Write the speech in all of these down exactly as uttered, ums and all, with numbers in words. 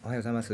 おはようございます。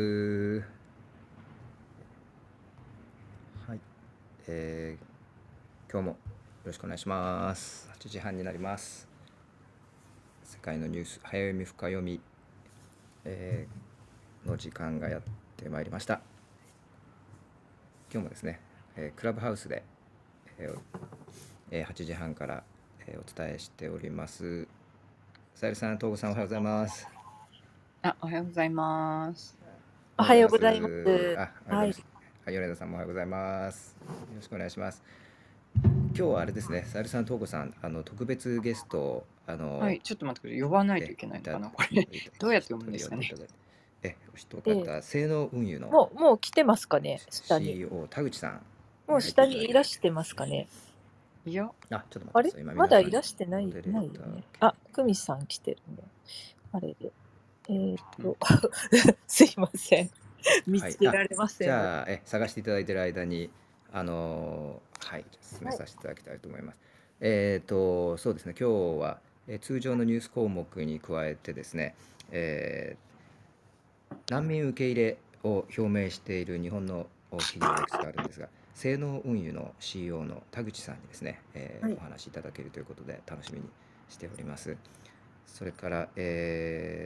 はい、えー、今日もよろしくお願いします。はちじはんになります。世界のニュース早読み深読み、えーの時間がやってまいりました。今日もですね、えークラブハウスで、えーえーはちじはんから、えーお伝えしております。さゆりさん、東郷さん、おはようございます。 あ、おはようございます。 おおはようございまはようございます。 す。 あ、おはようござはい。 います。はい、米田さんもおはようございます。よろしくお願いします。今日はあれですね、さゆりさん、東郷さん、あの特別ゲストをあのはい、ちょっと待ってください。呼ばないとえいけないたいのかな、これ。 いたどうやって読むん取ですかね。 り呼んでいただいて、えお一ええ、 方、性能運輸のもう、もう来てますかね、下に。 シーイーオー 田口さんもうに入って下にいいただきます。 らしてますかね。 いや、 あ、ちょっと待ってあれください。今まだい皆さんにらしてない、 モデレーターないよね。あ、久美さん来てるね。あれで。えー、っうんと、すいません。見はい、あつけられません。はじゃあえ探していただいている間にあのーはい進めい。 させていただきたいと思います。えっとそうですね、今日はえ通常のニュース項目に加えてですね、えー難民受け入れを表明している日本の企業がいくつかあるんですが、性能運輸の シーイーオー の田口さんにですね、えーおはい。 話しいただけるということで楽しみにしております。それから、え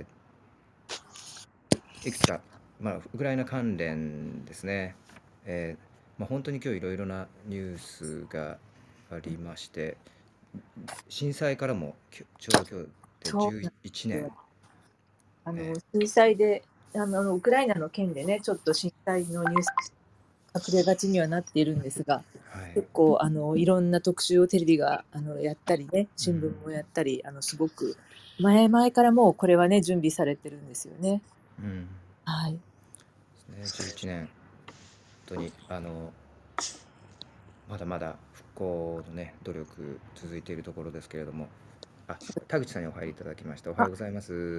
ーいくつか、まあ、ウクライナ関連ですね、えーまあ、本当に今日いろいろなニュースがありまして、震災からもきょちょうど今日で11 そうなんです年、 よ。あの、 え震災で、あの、ウクライナの件でね、ちょっと震災のニュース隠れがちにはなっているんですが、 ーはい、 結構あのいろんな特集をテレビがあのやったりね、 う新聞んもやったり、あのすごく前々からもうこれはね、準備されてるんですよね。 うんはい。 ですね、じゅういちねん、本当にあのまだまだ復興のね努力続いているところですけれども、あ、田口さんにお入りいただきました。おはよあ、 うございます。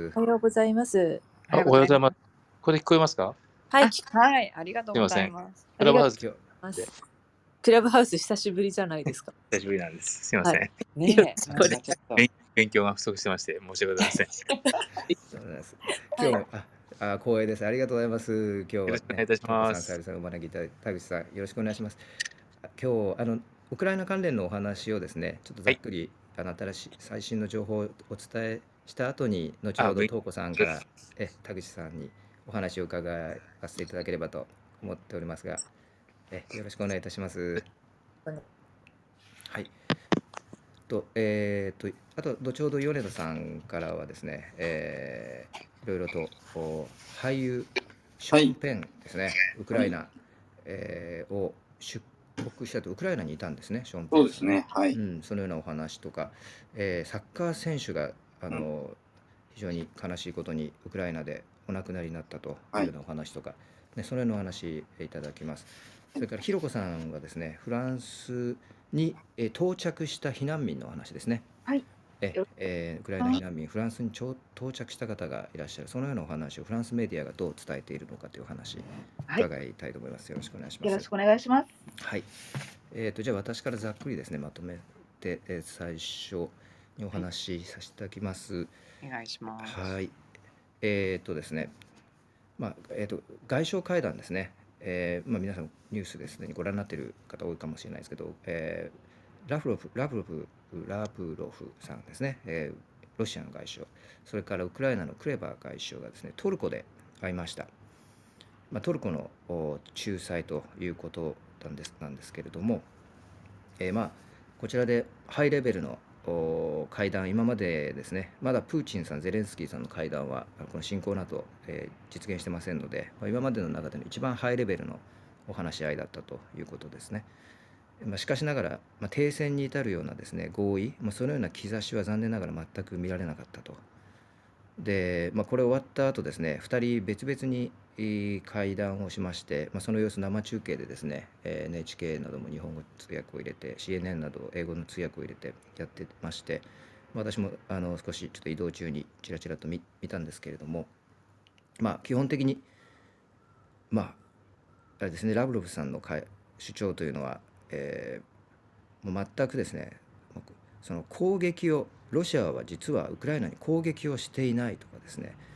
おはようございます。 おはあ、 ようございます。 おはようございます。これ聞こえますか？ はい、 あ、 きはい、ありがとうごすいません。 ざいます。 クラブありがとうハウス今日ございま。 ですクラブハウス久しぶりじゃないですか。 久しぶりなんです。すいまはい。 せん。 よろねえ、 しくお願いなんかちょっと。 勉勉強が不足してまして申し訳ございません。よそうなんです。 はい。 今日ああ光栄です。ありがとうございます。今日はね、 ろしくお願いいたし東子さん、さゆます。 りさんお招きいただいて、田口さんよろしくお願いします。あ今日あのウクライナ関連のお話をですね、ちょっとはい。 ざっくりあの新しい最新の情報をお伝えした後に、後あ、 ほど勉東子さんからえ田口さんにお話を伺わせていただければと思っておりますが、えよろしくお願いいたします。はい。と、えーと、あと、後ほど米田さんからはですね、えーいろいろとお俳優、ショーン・はい、 ペンですね、ウクはい、 ライナ、えーを出国したと、ウクライナにいたんですね、ショーン・ペンさんが。 そうですね。はうい、 ん、そのようなお話とか、えーサッカー選手があうん、 の非常に悲しいことにウクライナでお亡くなりになったといはい、 うようなお話とか、ね、そのようなお話いただきます。それからひろこさんはですね、フランスにえー到着した避難民の話ですね。 はい。 え、 よえーウクライナ避難民、フランスにちょ到着した方がいらっしゃる、そのようなお話をフランスメディアがどう伝えているのかというお話、 はい、 伺いたいと思います。よろしくお願いします。 よろしくお願いします。 はい。えーと、じゃあ私からざっくりですね、まとめて、えー最初におはい、 話しさせていただきます。 お願いします。 はい。えーとですね、まあ、えーと、外相会談ですね。えーまあ、皆さんニュースですね、ご覧になっている方多いかもしれないですけど、えーラフロフ、ラブロフ、ラブロフさんですね、えーロシアの外相、それからウクライナのクレバー外相がですね、トルコで会いました。まあ、トルコのお仲裁ということなんですなんですけれども、えーまあ、こちらでハイレベルのお会談、今までですね、まだプーチンさん、ゼレンスキーさんの会談は、この侵攻の後、えー実現してませんので、まあ、今までの中での一番ハイレベルのお話し合いだったということですね。まあ、しかしながら、まあ、停戦に至るようなですね合意、まあ、そのような兆しは残念ながら全く見られなかったと。で、まあ、これ終わった後ですね、ふたり別々にえー会談をしまして、まあ、その様子生中継でですね、えー エヌエイチケー なども日本語通訳を入れて、シーエヌエヌ など英語の通訳を入れてやってまして、まあ私もあの少しちょっと移動中にちらちらと見見たんですけれども、まあ基本的に、まああれですね、ラブロフさんのかい主張というのは、えーもう全くですね、その攻撃を、ロシアは実はウクライナに攻撃をしていないとかですね、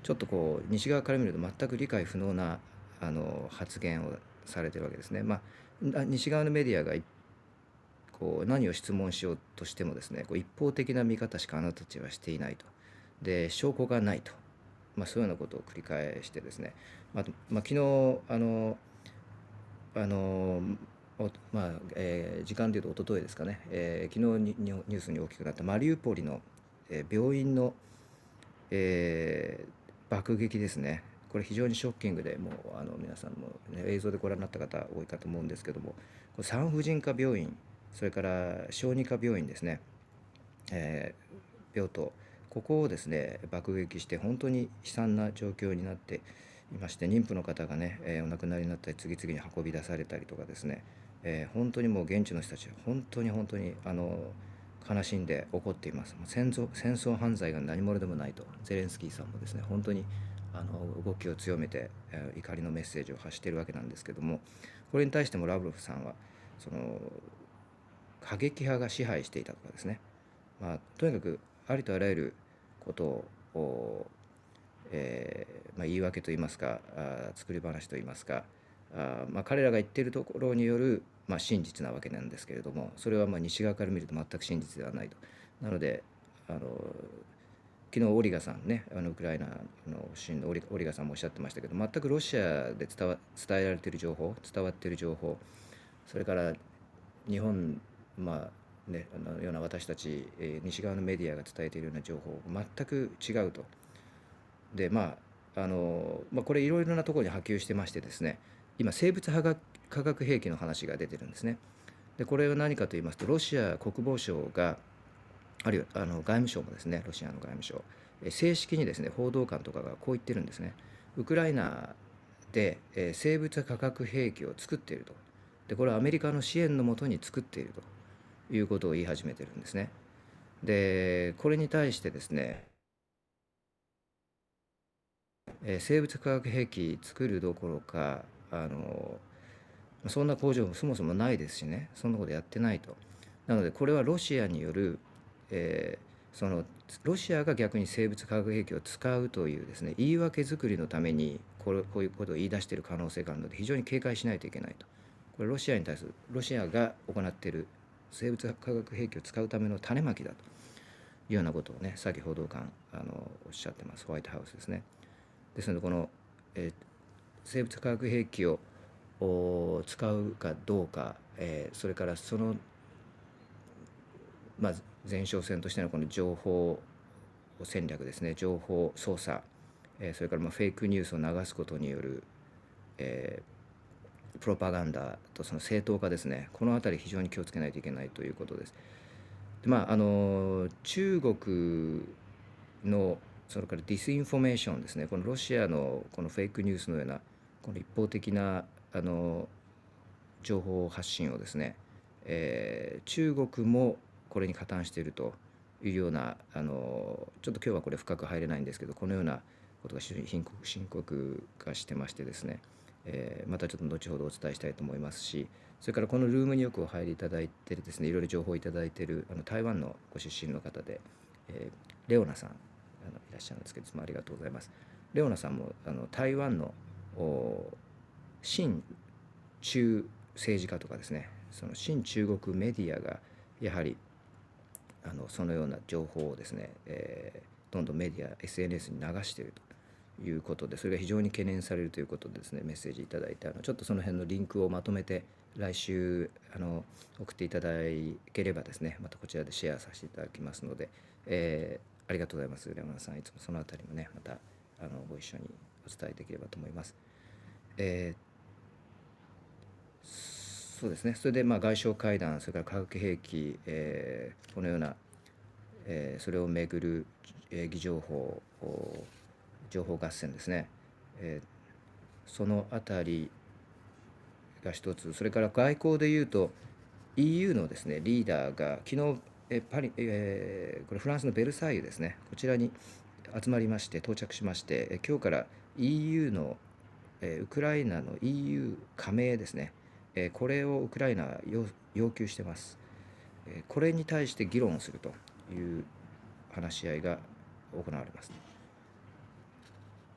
ちょっとこう西側から見ると全く理解不能なあの発言をされてるわけですね。まあ、あ西側のメディアがいこう何を質問しようとしてもですね、こう一方的な見方しかあなたたちはしていないと。で、証拠がないと。まあ、そういうようなことを繰り返してですね、まあとまあ、昨日あのあのおまあえー時間でいうと一昨日ですかね、えー昨日にニュニュースに大きくなったマリウポリの、えー病院の、えー爆撃ですね。これ非常にショッキングで、もうあの皆さんも、ね、映像でご覧になった方多いかと思うんですけども、これ産婦人科病院、それから小児科病院ですね、えー病棟、ここをですね爆撃して本当に悲惨な状況になっていまして、妊婦の方がね、えーお亡くなりになったり次々に運び出されたりとかですね、えー本当にもう現地の人たちは本当に本当にあの悲しんで怒っています。もう戦争戦争犯罪が何者でもないと、ゼレンスキーさんもですね本当にあの動きを強めて、えー怒りのメッセージを発しているわけなんですけども、これに対してもラブロフさんはその過激派が支配していたとかですね、まあ、とにかくありとあらゆることを、えーまあ、言い訳といいますか、あ作り話といいますか、あまあ、彼らが言っているところによる、まあ、真実なわけなんですけれども、それはまあ西側から見ると全く真実ではないと。なのであの昨日オリガさんね、あのウクライナの出身のオリオリガさんもおっしゃってましたけど、全くロシアで伝わ伝えられている情報、伝わっている情報、それから日本、まあね、あのような私たち、えー西側のメディアが伝えているような情報、全く違うと。で、まあ、あの、まあ、これいろいろなところに波及してましてですね、今、生物化学化学兵器の話が出てるんですね。で、これは何かと言いますと、ロシア国防省が、あるいはあの外務省もですね、ロシアの外務省、えー正式にですね、報道官とかがこう言ってるんですね。ウクライナで、えー生物化学兵器を作っていると。で、これはアメリカの支援のもとに作っているということを言い始めてるんですね。で、これに対してですね、えー生物化学兵器作るどころか、あのそんな工場もそもそもないですしね、そんなことやってないと。なので、これはロシアによる、えーそのロシアが逆に生物化学兵器を使うというですね、言い訳作りのためにこれこういうことを言い出している可能性があるので、非常に警戒しないといけないと。これ、ロシアに対する、ロシアが行っている生物化学兵器を使うための種まきだというようなことをね、先報道官あのおっしゃってます、ホワイトハウスですね。ですので、この、えー生物化学兵器をお使うかどうか、えーそれからその、まあ、前哨戦としてのこの情報戦略ですね、情報操作、えーそれからまあフェイクニュースを流すことによる、えープロパガンダとその正当化ですね、このあたり非常に気をつけないといけないということです。で、まあ、あの中国のそれからディスインフォメーションですね、このロシアのこのフェイクニュースのようなこの一方的なあの情報発信をですね、えー中国もこれに加担しているというような、あのちょっと今日はこれ深く入れないんですけど、このようなことが非常に深刻深刻化してましてですね、えーまたちょっと後ほどお伝えしたいと思いますし、それからこのルームによくお入りいただいてですね、いろいろ情報をいただいているあの台湾のご出身の方で、えーレオナさんあのいらっしゃるんですけど、いつもありがとうございます。レオナさんもあの台湾のお親中政治家とかですね、その親中国メディアがやはりあのそのような情報をですね、えーどんどんメディア エスエヌエス に流しているということで、それが非常に懸念されるということでですね、メッセージいただいて、あのちょっとその辺のリンクをまとめて来週あの送っていただければですね、またこちらでシェアさせていただきますので、えーありがとうございます。レオナさん、いつもそのあたりもね、またあのご一緒にお伝えできればと思います。えーそうですね、それでまあ外相会談、それから化学兵器、えーこのような、えーそれをめぐる、えー偽情報、お情報合戦ですね、えーそのあたりが一つ、それから外交でいうと、イーユー のですねリーダーが昨日、えパリ、えーこれフランスのベルサイユですね、こちらに集まりまして、到着しまして、え今日から イーユー の、えーウクライナの イーユー 加盟ですね、えーこれをウクライナは要要求してます。えーこれに対して議論をするという話し合いが行われます。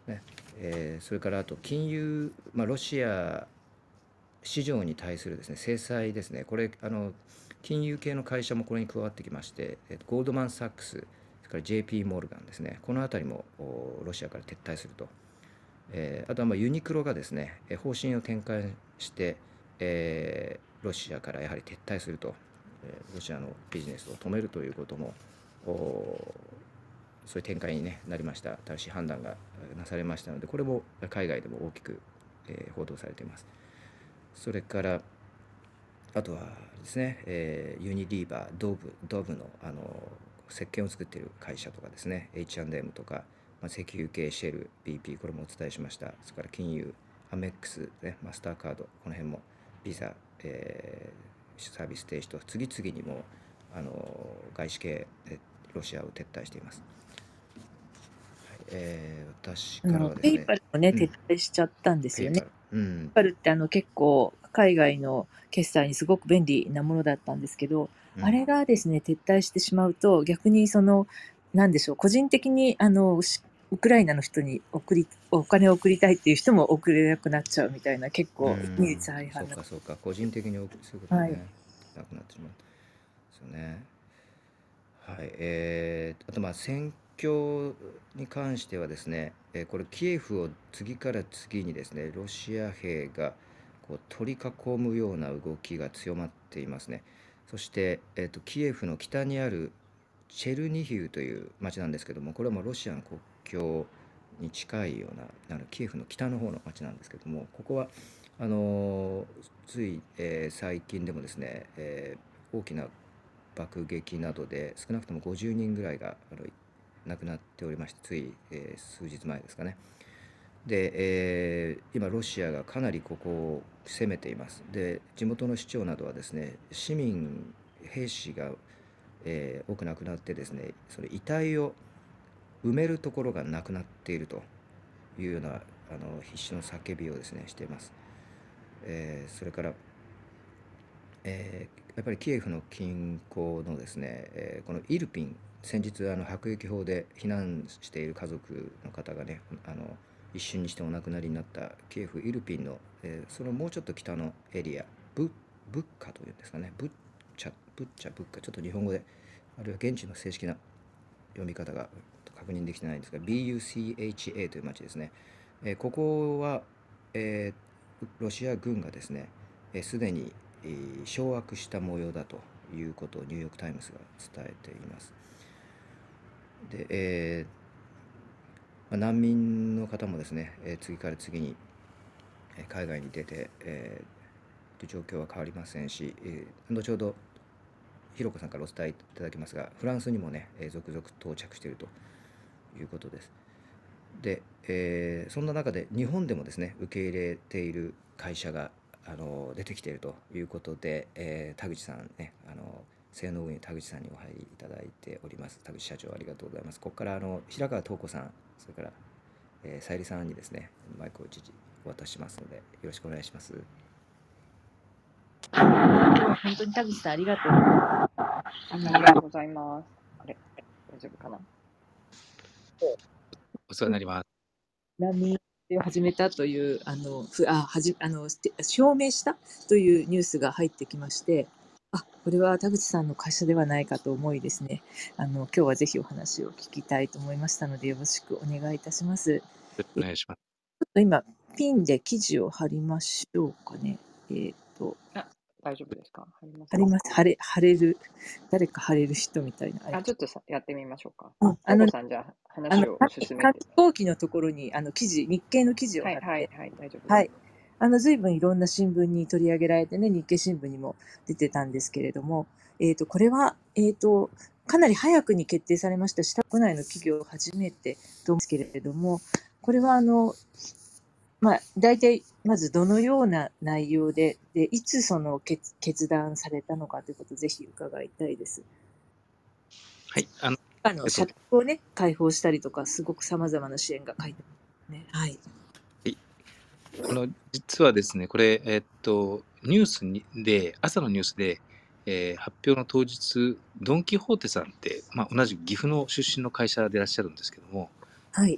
ねえーそれからあと金融、まあ、ロシア市場に対するですね制裁ですね、これあの金融系の会社もこれに加わってきまして、えーゴールドマン・サックス、それから ジェーピー モルガンですね、この辺りもおロシアから撤退すると、えーあとはまあユニクロがですね、えー方針を転換して、えーロシアからやはり撤退すると、えーロシアのビジネスを止めるということもおそういう展開に、ね、なりました。正しい判断がなされましたので、これも海外でも大きく、えー報道されています。それからあとはですね、えーユニリーバー、ドブ、ドブの、あの石鹸を作っている会社とかですね、エイチアンドエム とか、まあ、石油系シェル、ビーピー、これもお伝えしました。それから金融、アメックス、ね、マスターカード、この辺もビザ、えーサービス停止と次々にもあの外資系えロシアを撤退しています。はいえー私あの、 からはですね、 ペイパルもね、 うん撤退しちゃったんですよね。 ペイパル、うんペイパルってあの結構海外の決済にすごく便利なものだったんですけど、 うんあれがですね、撤退してしまうと、逆にその、なんでしょう、個人的にあの、しウクライナの人に送り、お金を送りたいっていう人も送れなくなっちゃうみたいな、結う構、二律ん、 背反な。 そうかそうか、個人的にそういうことはい。 ね、なくなってしまう。ですよね。はい、えー、あとまあ戦況に関してはですね、えーこれキエフを次から次にですね、ロシア兵がこう取り囲むような動きが強まっていますね。そして、えーと、キエフの北にあるチェルニヒウという町なんですけども、これはもうロシアの国境に近いような、あのキエフの北の方の町なんですけども、ここはあのーつい、えー最近でもですね、えー大きな爆撃などで少なくともごじゅうにんぐらいがあの亡くなっておりまして、つい、えー数日前ですかね。で、えー今ロシアがかなりここを攻めています。で、地元の市長などはですね、市民兵士が、えー多く亡くなってですね、それ遺体を埋めるところがなくなっているというようなあの必死の叫びをですねしています。えーそれからえーやっぱりキエフの近郊のですね、えーこのイルピン、先日あの迫撃砲で避難している家族の方がね、あの一瞬にしてお亡くなりになったキエフ・イルピンの、えーそのもうちょっと北のエリア、ブブッカというんですかね、ブッチャ、ブッチャ、ブッカ、ちょっと日本語で、あるいは現地の正式な読み方が確認できてないんですが、ビーユーシーエイチエー という町ですね。えーここは、えーロシア軍がですね、えーすでに、えー掌握した模様だということをニューヨーク・タイムズが伝えています。で、えーまあ難民の方もですね、えー次から次にえー海外に出て、えー状況は変わりませんし、えー後ほどひろこさんからお伝えいただきますが、フランスにもね、えー続々到着しているということです。で、えーそんな中で日本でもですね、受け入れている会社があの出てきているということで、えー田口さんね、あの性能運営田口さんにお入りいただいております。田口社長、ありがとうございます。ここからあの平川東子さん、それから、えー、さゆりさんにですね、マイクを一時お渡ししますので、よろしくお願いします。 今日は本当に田口さんありがとう。 ありがとうございます。あれ、大丈夫かな。 お世話になります。 難民を始めたという、あの、ふあはじあのして証明したというニュースが入ってきまして、あ、これは田口さんの会社ではないかと思いですね、あの今日はぜひお話を聞きたいと思いましたので、よろしくお願いいたします。 よろしくお願いします。 ちょっと今、ピンで記事を貼りましょうかね。えっ、と、 あ、大丈夫ですか。貼ります貼ります。貼れ、貼れる、誰か貼れる人みたいな。あれあ、ちょっとさやってみましょうか。 うん、あトのコさんじゃああの、 話を進め観て。 光機のところに、あの、記事、日経の記事をはい貼って、 はいはい、大丈夫です。 はい。あの、随分いろんな新聞に取り上げられてね、日経新聞にも出てたんですけれども、えっ、と、これは、えっ、と、かなり早くに決定されましたし、国内の企業初めてと思うんですけれども、これはあの、まあ、大体、まずどのような内容で、で、いつその決決断されたのかということをぜひ伺いたいです。 はい。あの、 あの、 えっと社宅をね、開放したりとか、すごく様々な支援が書いてあるね。はい。 あの実はですね、これ、えっと、ニュースにで、朝のニュースで、えー発表の当日、ドン・キホーテさんって、まあ、同じ岐阜の出身の会社でいらっしゃるんですけども、 はい。 こ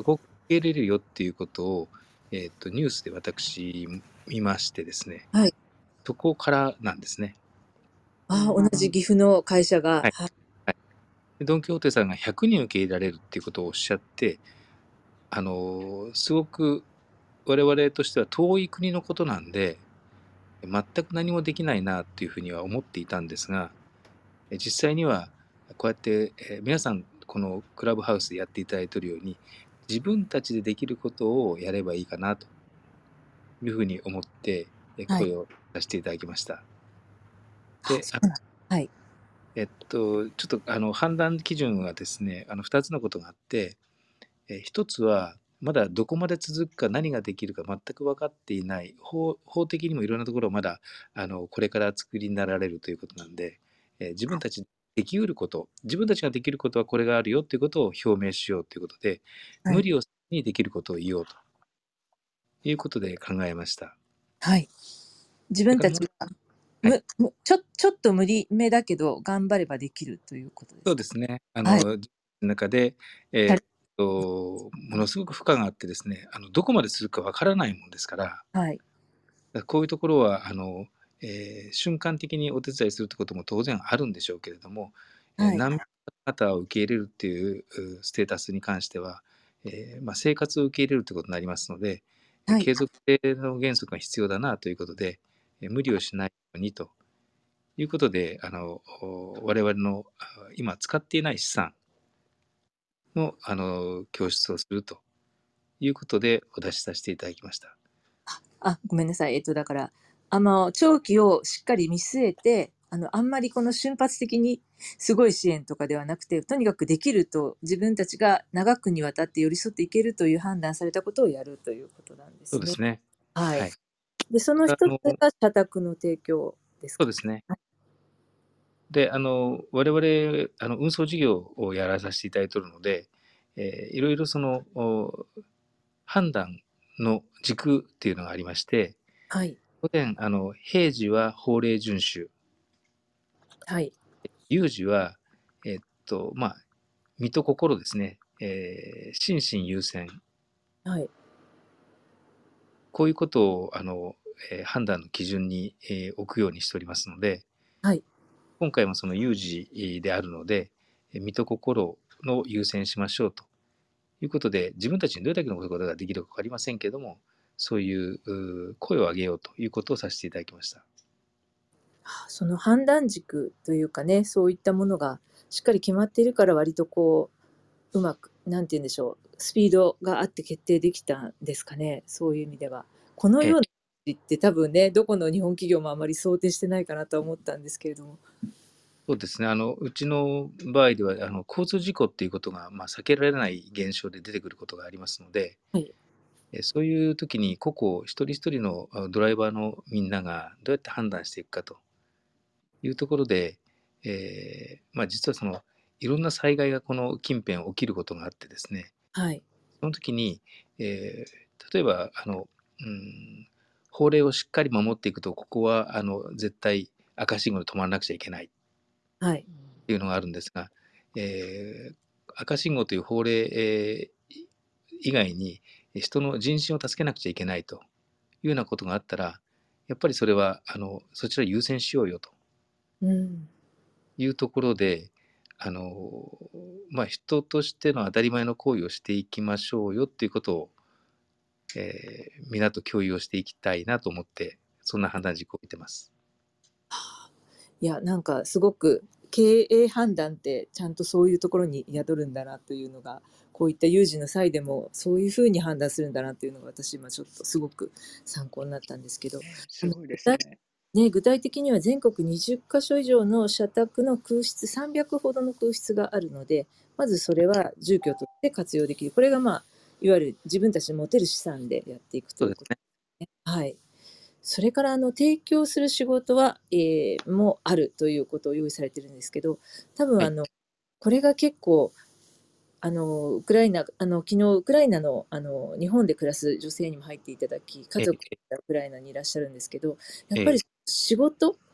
入れるよっていうことを、えっと、ニュースで私見ましてですね、 はい。 そこからなんですね。 ああ、 うん。 同じ岐阜の会社が、 はい。 はい。 はい。でドン・キホーテさんがひゃくにん受け入れられるっていうことをおっしゃって、あの、すごく我々としては遠い国のことなんで、全く何もできないなっていうふうには思っていたんですが、え実際にはこうやって、えー皆さんこのクラブハウスでやっていただいているように、自分たちでできることをやればいいかなというふうに思って、えはい。 声を出していただきました。 あ、 で、あそうなんはい。 えっと、ちょっとあの判断基準はですね、あのふたつのことがあって、えひとつは、まだどこまで続くか、何ができるか全く分かっていない、法法的にもいろんなところをまだあのこれから作りになられるということなんで、え自分たちできうること、自分たちができることはこれがあるよということを表明しようということで、 はい。 無理をせずにできることを言おうということで考えました。 はい。自だからもう、 分たちが、 はい、 むむちょちょっと無理めだけど、頑張ればできるということでそうすか？ ですね。あはい。 の、自分の中で、えーっと、ものすごく負荷があってですね、あのどこまで続くかわからないもんですから、 はい。 だこういうところはあの、えー瞬間的にお手伝いするってことも当然あるんでしょうけれども、えーはい。 難民の方を受け入れるっていううステータスに関しては、えーまあ、生活を受け入れるということになりますので、えーはい。 継続性の原則が必要だなということで、えー無理をしないようにということで、あのお我々のあ今使っていない資産のあの教室をするということでお出しさせていただきました。 あ、ごめんなさい。えっと、だから、あの、長期をしっかり見据えて、あの、あんまりこの瞬発的にすごい支援とかではなくて、とにかくできると、自分たちが長くにわたって寄り添っていけるという判断されたことをやるということなんですね。 そうですね。 はい。 はい。 で、そのあの一つが社宅の提供ですか？ そうですね。で、あの、我々、あの、運送事業をやらさせていただいておるので、えーいろいろその、お判断の軸っていうのがありまして、 はい。 当然、あの、平時は法令遵守、 はい。 有事は、えっと、まあ、身と心ですね、えー心身優先、 はい。 こういうことを、あの、えー判断の基準に、えー置くようにしておりますので、 はい。 今回もその有事であるので、えー身と心の優先しましょうということで、自分たちにどれだけのことができるか分かりませんけれども、そういうう声を上げようということをさせていただきました。 その判断軸というかね、そういったものがしっかり決まっているから、割とこう、うまく、なんて言うんでしょう、スピードがあって決定できたんですかね、そういう意味では。このえような時って多分ね、どこの日本企業もあまり想定してないかなとは思ったんですけれども。 そうですね、あのうちの場合ではあの交通事故っていうことが、まあ、避けられない現象で出てくることがありますので、 はい。 えそういう時に個々一人一人のあドライバーのみんながどうやって判断していくかというところで、えーまあ、実はそのいろんな災害がこの近辺起きることがあってですね、 はい。 その時に、えー例えばあの、うん、法令をしっかり守っていくと、ここはあの絶対赤信号で止まらなくちゃいけないっはい。 ていうのがあるんですが、えー赤信号という法令、えー以外に人の人身を助けなくちゃいけないというようなことがあったら、やっぱりそれはあのそちらを優先しようよとうん。 いうところで、あのまあ、人としての当たり前の行為をしていきましょうよっていうことを、えー、皆と共有をしていきたいなと思って、そんな判断軸を見てます。 いや、なんかすごく経営判断ってちゃんとそういうところに宿るんだなというのが、こういった有事の際でもそういうふうに判断するんだなというのが、私今ちょっとすごく参考になったんですけど、あの、 すごい具体ですね。 ね、具体的には全国にじゅっかしょ以上の社宅の空室、さんびゃくほどの空室があるので、まずそれは住居として活用できる。これがまあ、いわゆる自分たちの持てる資産でやっていくということそうですね。 ね。はい。それからあの提供する仕事は、えーもあるということを用意されてるんですけど、多分はい。 あの、これが結構、あの、ウクライナ、あの、昨日ウクライナの、あの、日本で暮らす女性にも入っていただき、家え族ーがウクライナにいらっしゃるんですけど、やっぱりえー仕事、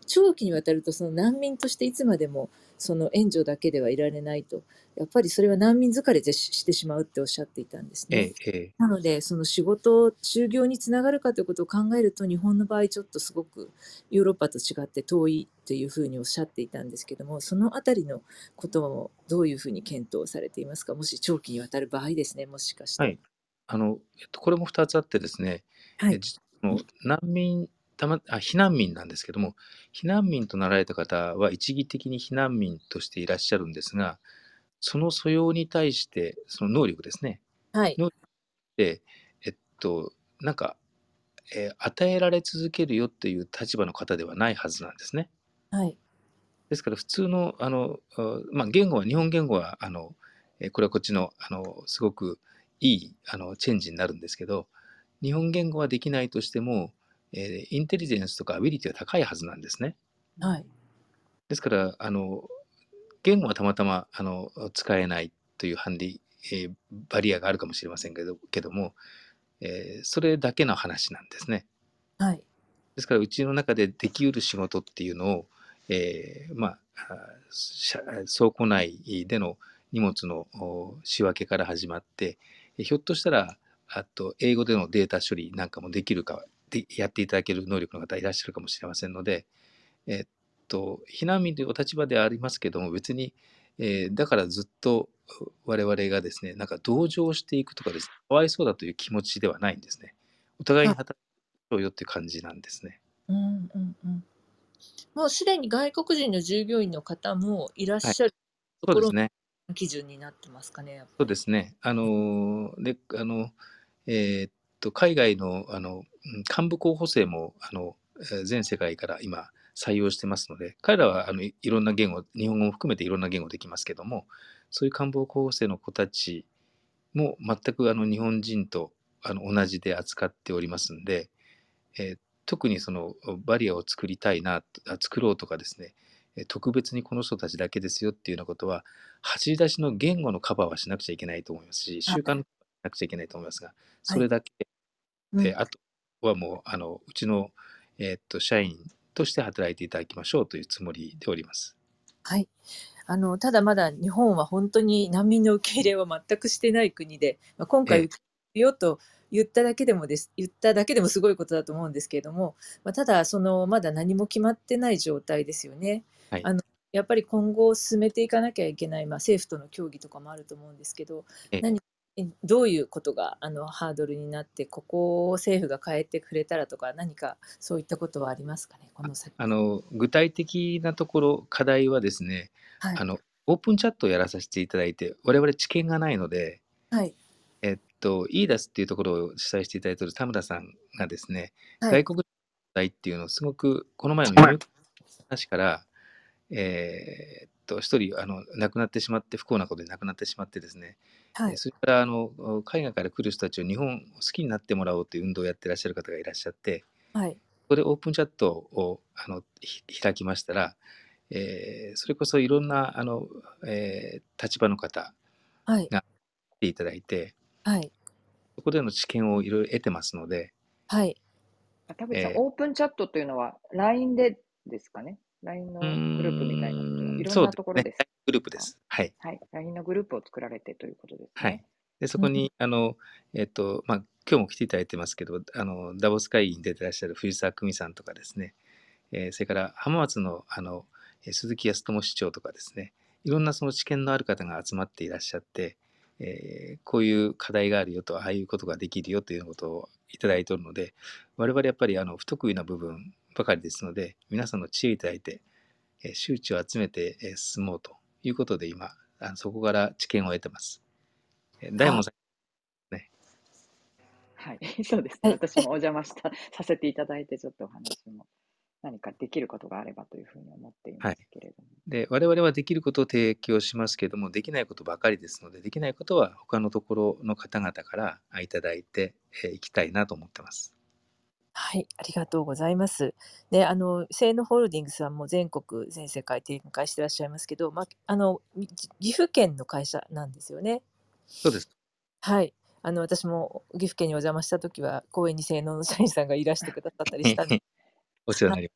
長期にわたるとその難民としていつまでもその援助だけではいられないと、やっぱりそれは難民疲れでししてしまうっておっしゃっていたんですね。 ええ、ええ。 なので、その仕事、就業につながるかということを考えると、日本の場合ちょっとすごくヨーロッパと違って遠いというふうにおっしゃっていたんですけども、そのあたりのことをどういうふうに検討されていますか？もし長期にわたる場合ですね、もしかして。 はい。あの、えっと、これもふたつあってですね、え、 はい。 実はあの難民たまあ、避難民なんですけども、避難民となられた方は一義的に避難民としていらっしゃるんですが、その素養に対して、その能力ですね。 はい。 能力で、えっと、なんか、えー与えられ続けるよっていう立場の方ではないはずなんですね。 はい。 ですから普通の、あの、あまあ、言語は、日本言語は、あの、えーこれはこっちの、あの、すごくいい、あの、チェンジになるんですけど、日本言語はできないとしても、えーインテリジェンスとかアビリティは高いはずなんですね。 はい。 ですから、あの、言語はたまたま、あの、使えないというハンディ、えーバリアがあるかもしれませんけど、けども、えーそれだけの話なんですね。 はい。 ですから、うちの中でできうる仕事っていうのを、えーまあ、あ車倉庫内での荷物のお仕分けから始まって、えひょっとしたら、あと、英語でのデータ処理なんかもできるか、でやっていただける能力の方いらっしゃるかもしれませんので、えっと、避難民というお立場ではありますけども、別に、えーだからずっと我々がですね、なんか同情していくとかですね、かわいそうだという気持ちではないんですね。お互いにはい。 働こうよっていう感じなんですね。 うんうんうん。もうすでに外国人の従業員の方もいらっはい。 しゃるところそうですね。 が基準になってますかね、やっそうぱり。 ですね。あの、で、あの、えーっと、海外の、あの、うん幹部候補生も、あの、えー全世界から今採用してますので、彼らは、あの、いいろんな言語、日本語も含めていろんな言語できますけども、そういう幹部候補生の子たちも全く、あの、日本人と、あの、同じで扱っておりますんで、えー特にそのバリアを作りたいな、あ作ろうとかですね、えー特別にこの人たちだけですよっていうようなことは、走り出しの言語のカバーはしなくちゃいけないと思いますし、 はい。 習慣のカバーはしなくちゃいけないと思いますが、 はい。 それだけ、 うん。 えーあとはもう、あの、うちの、えーっと、社員として働いていただきましょうというつもりでおります。 はい。あの、ただまだ日本は本当に難民の受け入れを全くしてない国で、まあ、今ええ、 回受け入れようと言っただけでもです言っただけでもすごいことだと思うんですけれども、まあ、ただそのまだ何も決まってない状態ですよね。 はい。 あの、やっぱり今後進めていかなきゃいけない、まあ、政府との協議とかもあると思うんですけど、 ええ何えどういうことがあのハードルになって、ここを政府が変えてくれたらとか、何かそういったことはありますかね、この先。 あの、具体的なところ、課題はですね、 はい。 あの、オープンチャットをやらさせていただいて、我々知見がないので、 はい。 えっと、イーダスっていうところを主催していただいている田村さんがですね、 はい。 外国人の問題っていうのをすごく、この前の入管の話から、えーっと、一人、あの、亡くなってしまって、不幸なことで亡くなってしまってですね、 はい。 えそれから、あの、海外から来る人たちを日本を好きになってもらおうという運動をやってらっしゃる方がいらっしゃって、 はい。 ここでオープンチャットをあのひ開きましたら、えーそれこそいろんなあの、えー立場の方はい。 が来ていただいて、 はい。 そこでの知見をいろいろ得てますので、 はい。 あ田口さん、 えオープンチャットというのは ライン でですかね？ ラインーうのグループみたいなことは、いーん、 ろんなそうですね、 ところですグループでか？ す。はい。 はい。ライン のグループを作られてということですね。 はい。で、そうん。 こに、あの、えっと、まあ、今日も来ていただいてますけど、あの、ダボス会議に出てらっしゃる藤沢久美さんとかですね、えーそれから浜松の、あの、えー鈴木康友市長とかですね、いろんなその知見のある方が集まっていらっしゃって、えーこういう課題があるよと、ああいうことができるよということをいただいておるので、我々やっぱりあの不得意な部分ばかりですので、皆さんの知恵をいただいて、えー周知を集めてえー進もうということで、今、あのそこから知見を得てます。えー大あ、 門さんね、 はい。そうですね。 はい。 私もお邪魔したさせていただいて、ちょっとお話も何かできることがあればというふうに思っていまはい。 すけれども。 で、我々はできることを提供しますけども、できないことばかりですので、できないことは他のところの方々からいただいてえーいきたいなと思ってます。 はい、ありがとうございます。で、あの、セイノホールディングスはもう全国、全世界展開してらっしゃいますけど、ま、あの、みぎ岐阜県の会社なんですよね。 そうです。 はい。あの、私も岐阜県にお邪魔した時は、公園にセイノーの社員さんがいらしてくださったりしたんで、 お世話にはい。 なります。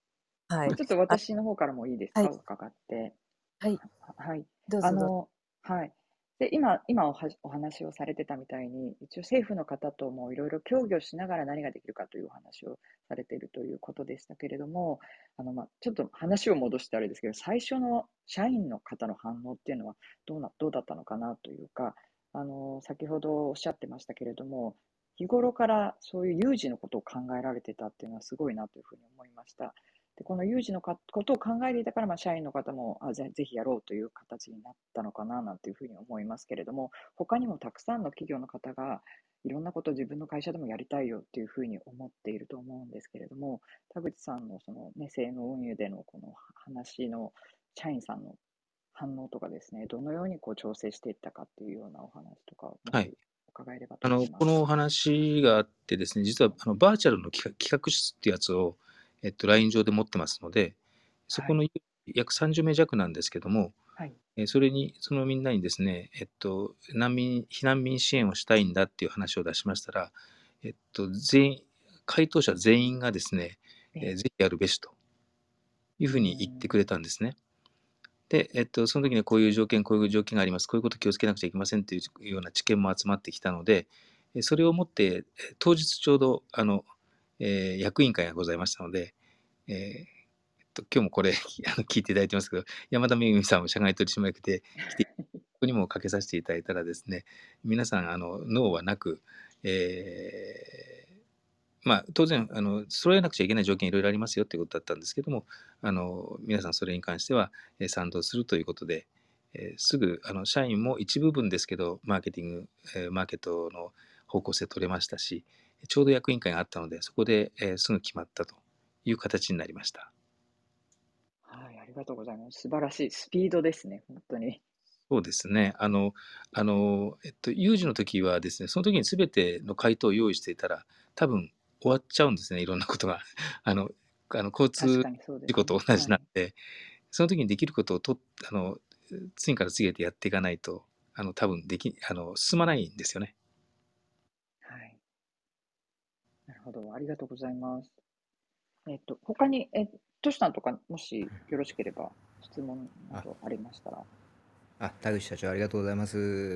はい。 ちょっとあ、 私の方からもいいですはい。 か、伺って。 はい。 ははい。 どうぞどうぞ。 あの、はい。で、今今おはお話をされてたみたいに、一応政府の方ともいろいろ協議をしながら何ができるかというお話をされているということでしたけれども、あの、まあ、ちょっと話を戻してあれですけど、最初の社員の方の反応っていうのはどうなどうだったのかなというか、あの、先ほどおっしゃってましたけれども、日頃からそういう有事のことを考えられてたっていうのはすごいなというふうに思いました。で、この有事のかことを考えていたから、まあ、社員の方も、あ、ぜぜひやろうという形になったのかななんていうふうに思いますけれども、他にもたくさんの企業の方が、いろんなことを自分の会社でもやりたいよっていうふうに思っていると思うんですけれども、田口さんのそのね、性能運輸でのこの話の社員さんの反応とかですね、どのようにこう調整していったかっていうようなお話とか、もはい。 し伺えればあの、 と思います。 このお話があってですね、実はあのバーチャルの企画企画室っていうやつを、えっと、ライン 上で持ってますので、そはい。 この約さんじゅうめい弱なんですけども、 はい。 えーそれに、そのみんなにですね、えっと、難民、避難民支援をしたいんだっていう話を出しましたら、えっと、全員、回答者全員がですね、 ええ。 えーぜひやるべしといううーふうに言ってくん。 れたんですね。で、えっと、その時にこういう条件、こういう条件があります、こういうこと気をつけなくちゃいけませんというような知見も集まってきたので、えそれをもって、え当日ちょうど、あの、えー役員会がございましたので、えーえっと、今日もこれあの聞いていただいてますけど、山田めぐみさんも社外取締役で来て、ここにもかけさせていただいたらですね、皆さん、あの、ノーはなく、えーまあ、当然あの揃えなくちゃいけない条件いろいろありますよということだったんですけども、あの皆さんそれに関しては、えー賛同するということで、えーすぐあの社員も一部分ですけどマーケティング、えーマーケットの方向性取れましたし、ちょうど役員会があったのでそこで、えーすぐ決まったという形になりました。 はい、ありがとうございます。素晴らしいスピードですね、本当に。 そうですね。あの、あの、えっと、有事の時はですね、その時に全ての回答を用意していたら、多分終わっちゃうんですね、いろんなことが。あの、あの交通確かにそうで事故すね。 と同じはい。 なんで、その時にできることをとあの次から次へとやっていかないと、あの多分できあの進まないんですよね。 はい。なるほど。ありがとうございます。えっと、他に、え、トシさんとか、もしよろしければ、質問なあ、 どありましたら。 あ、田口社長ありがとうございます。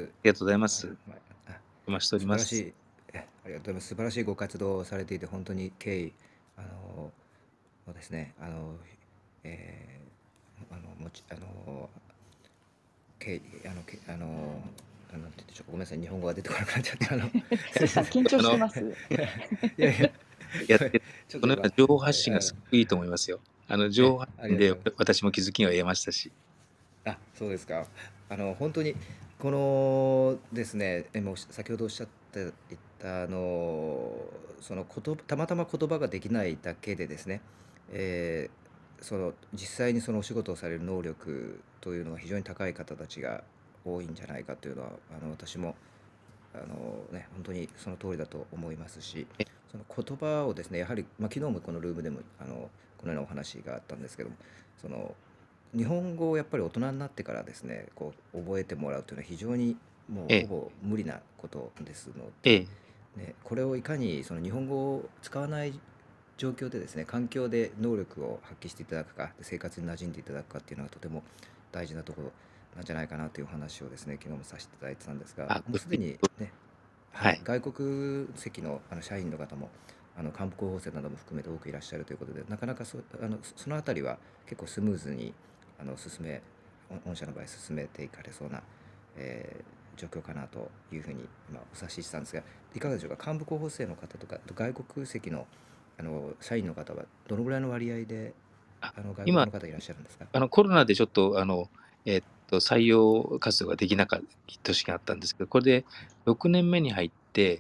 ありがとうございまあ、 す。 まあ、あお待ちしております。 素晴らしい、え、ありがとうございます。素晴らしいご活動をされていて本当に敬意、あの、そうですね、あの、えーあの、もち、あの、敬意、あの、け、あの、なんて言ってちょっとごめんなさい、日本語が出てこなくなっちゃって、あの、 トシさん、緊張あの、 してます？ いやいや、 やってちょっと今、 このような情報発信があの、 すごくいいと思いますよ。あの情え、 報発信でありがとうございます。 私も気づきが得ましたし。 あ、そうですか。あの、本当に、このですね、え、もう先ほどおっしゃっていた、あの、そのことたまたま言葉ができないだけでですね、えーその実際にそのお仕事をされる能力というのが非常に高い方たちが多いんじゃないかというのは、あの、私も、あのね、本当にその通りだと思いますし、 えその言葉をですね、やはり、まあ、昨日もこのルームでもあのこのようなお話があったんですけども、その日本語をやっぱり大人になってからですね、こう覚えてもらうというのは非常にもうえほぼ無理なことですので、 えね、これをいかにその日本語を使わない状況でですね、環境で能力を発揮していただくか、生活に馴染んでいただくかっていうのがとても大事なところなんじゃないかなというお話をですね、昨日もさせていただいてたんですが、 あ、 もうすでにね、はい、 はい。 外国籍の、あの社員の方もあの幹部候補生なども含めて多くいらっしゃるということで、なかなかそあのそのあたりは結構スムーズにあの進め御御社の場合進めていかれそうな、えー状況かなというふうに今お察ししたんですが、いかがでしょうか。幹部候補生の方とかあと外国籍のあの社員の方はどのぐらいの割合であ、 あの外国今、 の方いらっしゃるんですか。 あのコロナでちょっとあの、えっと採用活動ができなかった年があったんですけど、これでろくねんめに入って、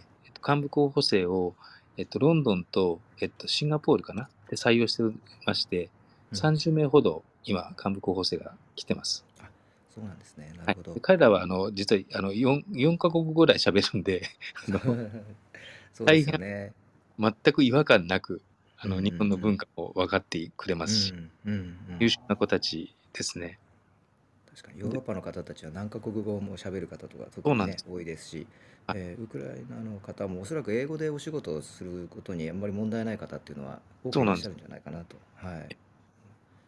えっと、幹部候補生を、えっと、ロンドンと、えっと、シンガポールかなで採用してまして、 うん、 さんじゅうめいほど今、幹部候補生が来てます。 あ、そうなんですね。なはい、 るほど。 で彼らはあの実はあの 4, 4カ国ぐらい喋るんで、あのそうで大変すよね。 全く違和感なくあうんうの日本の文ん化を分かってくれまうん。うすし、 んうんうん。 優秀な子たちですね。 確かにヨーでロッパの方たちは何カ国語も喋る方とか特にねそうなんです。 多いですし、 はい、 えーウクライナの方もおそらく英語でお仕事をすることにあんまり問題ない方っていうのは多くいらっしゃるんそうなんです。 じゃないかなと、はい、思い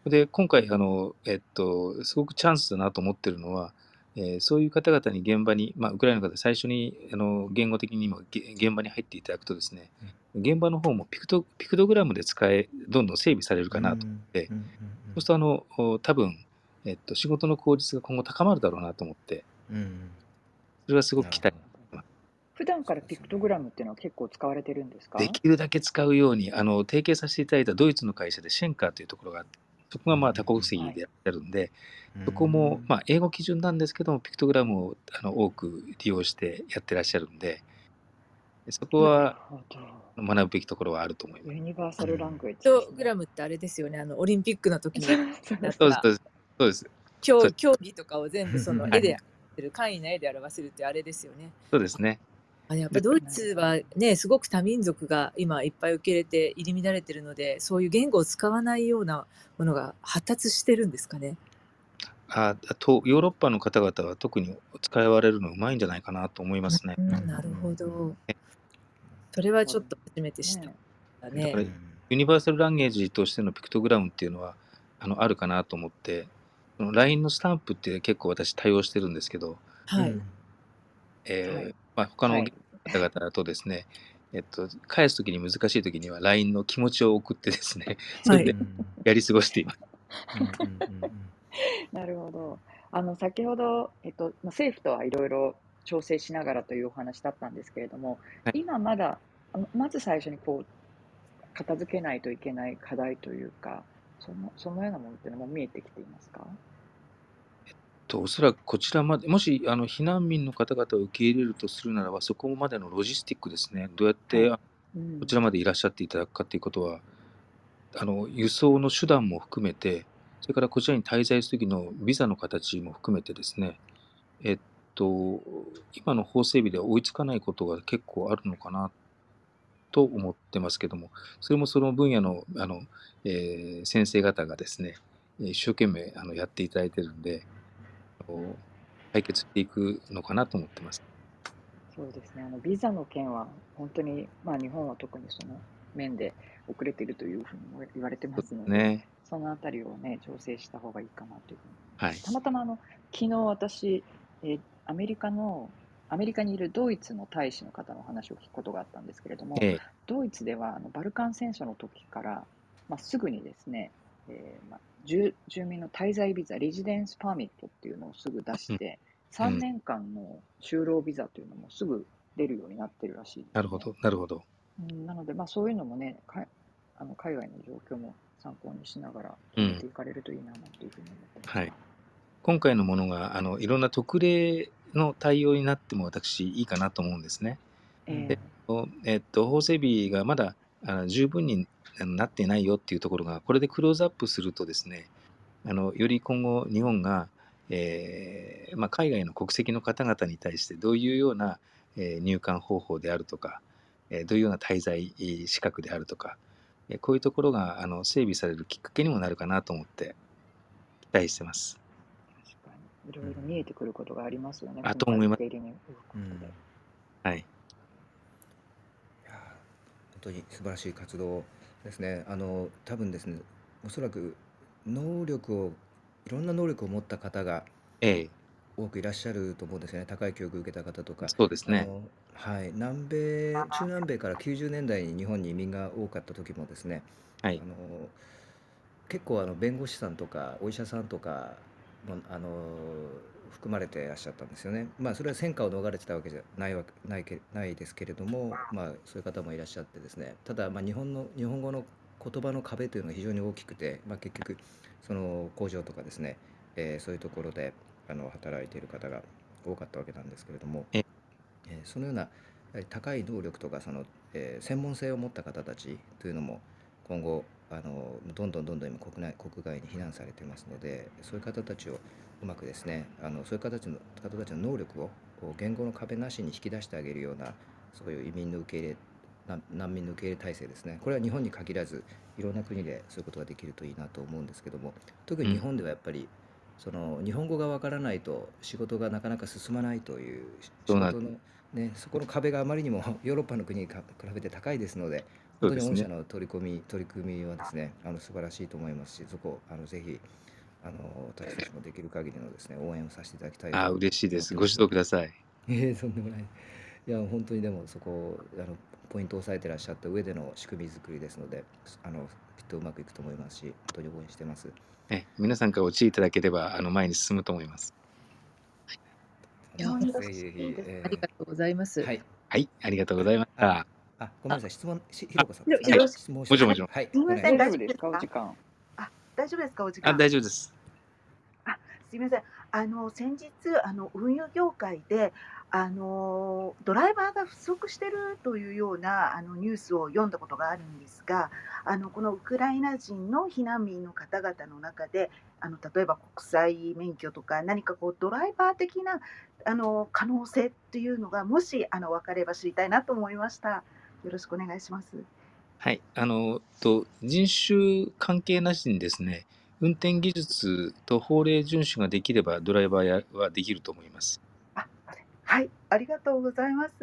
で、今回、あの、えっと、すごくチャンスだなと思ってるのは、えーそういう方々に現場に、まあ、ウクライナの方、最初にあの言語的にもげ現場に入っていただくとですね、現場の方もピクトピクトグラムで使え、どんどん整備されるうかなと思っんて、 うんうんそうするとあの、お多分、えっと、仕事の効率が今後高まるだろうなと思って、 うんうんそれはすごく期待なるほど。 してます。 普段からそうですよピクトグラね。 ムっていうのは結構使われてるんですでか？ きるだけ使うように、あの、提携させていただいたドイツの会社でシェンカーというところがあって、そこうんうんがまあ多国はい。 籍でやってるんで、 うんうそこも、 んまあ、英語基準なんですけども、ピクトグラムをあの多く利用してやってらっしゃるんで、そこなるはほど。 学ぶべきところはあると思います。 ユニバーサルランうんグエッジピクですね。 トグラムってあれですよね、あの、オリンピックの時にそうそうなっそう。 そうです、 た、 そうです。そうです。そう競競技とかを全部そのはい。 絵で表せる、簡易な絵で表せるってあれですよね。 そうですね。 あ、やっぱで、 ドイなるツはね、すごく多民族が今いっぱい受け入れて入り乱れてるので、そういう言語を使わないようなものが発達してるんですかね。 ああと、ヨーロッパの方々は特に使われるのうまいんじゃないかなと思いますね。 うん、 うんなるほうんど。 えそれはほど。 ちょっと初めて知ったねだね。 だから、 うんユニバーサルランゲージとしてのピクトグラムっていうのは、あの、あるかなと思って、その ライン のスタンプって結構私対応してるんですけど、 はい。 うんえーはい。 まあ、他のはい。 方々だとですね、えっと、返すときに難しいときには ライン の気持ちを送ってですね、そはい。 れでうんやり過ごしています。 うんうんうんなるほど。あの、先ほど、えっと、まあ、政府とはいろいろ調整しながらというお話だったんですけれども、 はい。 今まだ、あのまず最初にこう、片付けないといけない課題というか、その、そのようなものっていうのも見えてきていますか？ と、おそらくこちらまで、もしあの避難民の方々を受け入れるとするならば、そこまでのロジスティックですね、どうやってはい。 あうん。 こちらまでいらっしゃっていただくかということは、あの輸送の手段も含めて、それからこちらに滞在するときのビザの形も含めてですね、えっと、今の法整備では追いつかないことが結構あるのかなと思ってますけども、それもその分野のあの、えー先生方がですね、えー一生懸命あのやっていただいてるんで、あの解決していくのかなと思ってます。 そうですね。あの、ビザの件は本当に、まあ、日本は特にその面で遅れているというふうにも言われてそうでますので、 すね。 そのあたりをね、調整した方がいいかなというふうに思います。 はい。 たまたまあの、昨日私、えーアメリカの、アメリカにいるドイツの大使の方の話を聞くことがあったんですけれども、 ええドイツではあのバルカン戦争の時から、まあ、すぐにですね、えーまあ、住住民の滞在ビザ、レジデンスパーミットっていうのをすぐ出しうん、 て、 うん。 さんねんかんの就労ビザというのもすぐ出るようになってるらしいですね。 なるほど、なるほど。 うん、なので、まあ、そういうのもね、かあの海外の状況も参考にしながらうん。 決めていかれるといいななんていうふうに思ってますはい。 が。 今回のものが、あの、いろんな特例の対応になっても私いいかなと思うんですね。で、 ええおえっと、法整備がまだあの十分にあのなっていないよっていうところが、これでクローズアップするとですね、あの、より今後日本が、えーまあ、海外の国籍の方々に対してどういうような、えー入管方法であるとか、えーどういうような滞在資格であるとか、えーこういうところがあの整備されるきっかけにもなるかなと思って期待してます。 確かに。いろうんいろ見えてくることがありますよね。 あ今回と思います。 受け入れに動くこうんとで。 はい。 いやー本当に素晴らしい活動ですね。あの多分ですね、おそらく能力をいろんな能力を持った方がええ、 多くいらっしゃると思うんですよね。高い教育を受けた方とか、 そうですね。 あのはい、南米、中南米からきゅうじゅうねんだいに日本に移民が多かった時もですね、 はい。 あの結構あの弁護士さんとかお医者さんとかもあの含まれていらっしゃったんですよね。まあそれは戦火を逃れてたわけじゃないわけないけないですけれども、まあそういう方もいらっしゃってですね。ただまあ日本の日本語の言葉の壁というのが非常に大きくて、まあ結局その工場とかですね、えーそういうところであの働いている方が多かったわけなんですけれども、 ええ、 えーそのようなやはり高い能力とかその、えー専門性を持った方たちというのも今後あのどんどんどんどん今国内国外に避難されていますので、そういう方たちをうまくですね、あのそういう方たちの方たちの能力をこう言語の壁なしに引き出してあげるような、そういう移民の受け入れ難難民の受け入れ体制ですね、これは日本に限らずいろんな国でそういうことができるといいなと思うんですけども、特うん。 に日本ではやっぱりその日本語がわからないと仕事がなかなか進まないという、 そうなん仕事のね、そこの壁があまりにもヨーロッパの国に比べて高いですので、 本そうですね。 当に御社の取り組み取り組みはですね、あの素晴らしいと思いますし、そこあのぜひあの私たちもできる限りのですね応援をさせていただきたいああ、 と嬉しいです。ご指思ってます。 導ください。 ええ、とんでもない。いや、本当にでもそこをあのポイントを押さえてらっしゃった上での仕組み作りですので、あのきっとうまくいくと思いますし、本当に応援してます。 え皆さんからお知恵いただければあの前に進むと思います。 いや、 本本当ぜひぜひ、 いいです。 ありえがとうございます。 ーはい。 はい、ありがとうございましあ、 た。 あ、ごめんあ、 なさい。質問、しひあ、 ろこさんですか。 はい、 よよろし質問もちろんもちろん。 一つはい、 すみません、 お願いします。 大丈夫ですか、お大丈夫ですか？ 時間。 あ、大丈夫ですか、お時あ、 間。 大丈夫です。 あ、すみません。あの、先日、あの、運輸業界で、あの、ドライバーが不足してるというような、あの、ニュースを読んだことがあるんですが、あの、このウクライナ人の避難民の方々の中で、あの、例えば国際免許とか、何かこう、ドライバー的な、あの、可能性っていうのが、もし、あの、分かれば知りたいなと思いました。よろしくお願いします。 はい、あのと人種関係なしにですね、運転技術と法令遵守ができればドライバーやはできると思います。 あ、はい、ありがとうございます。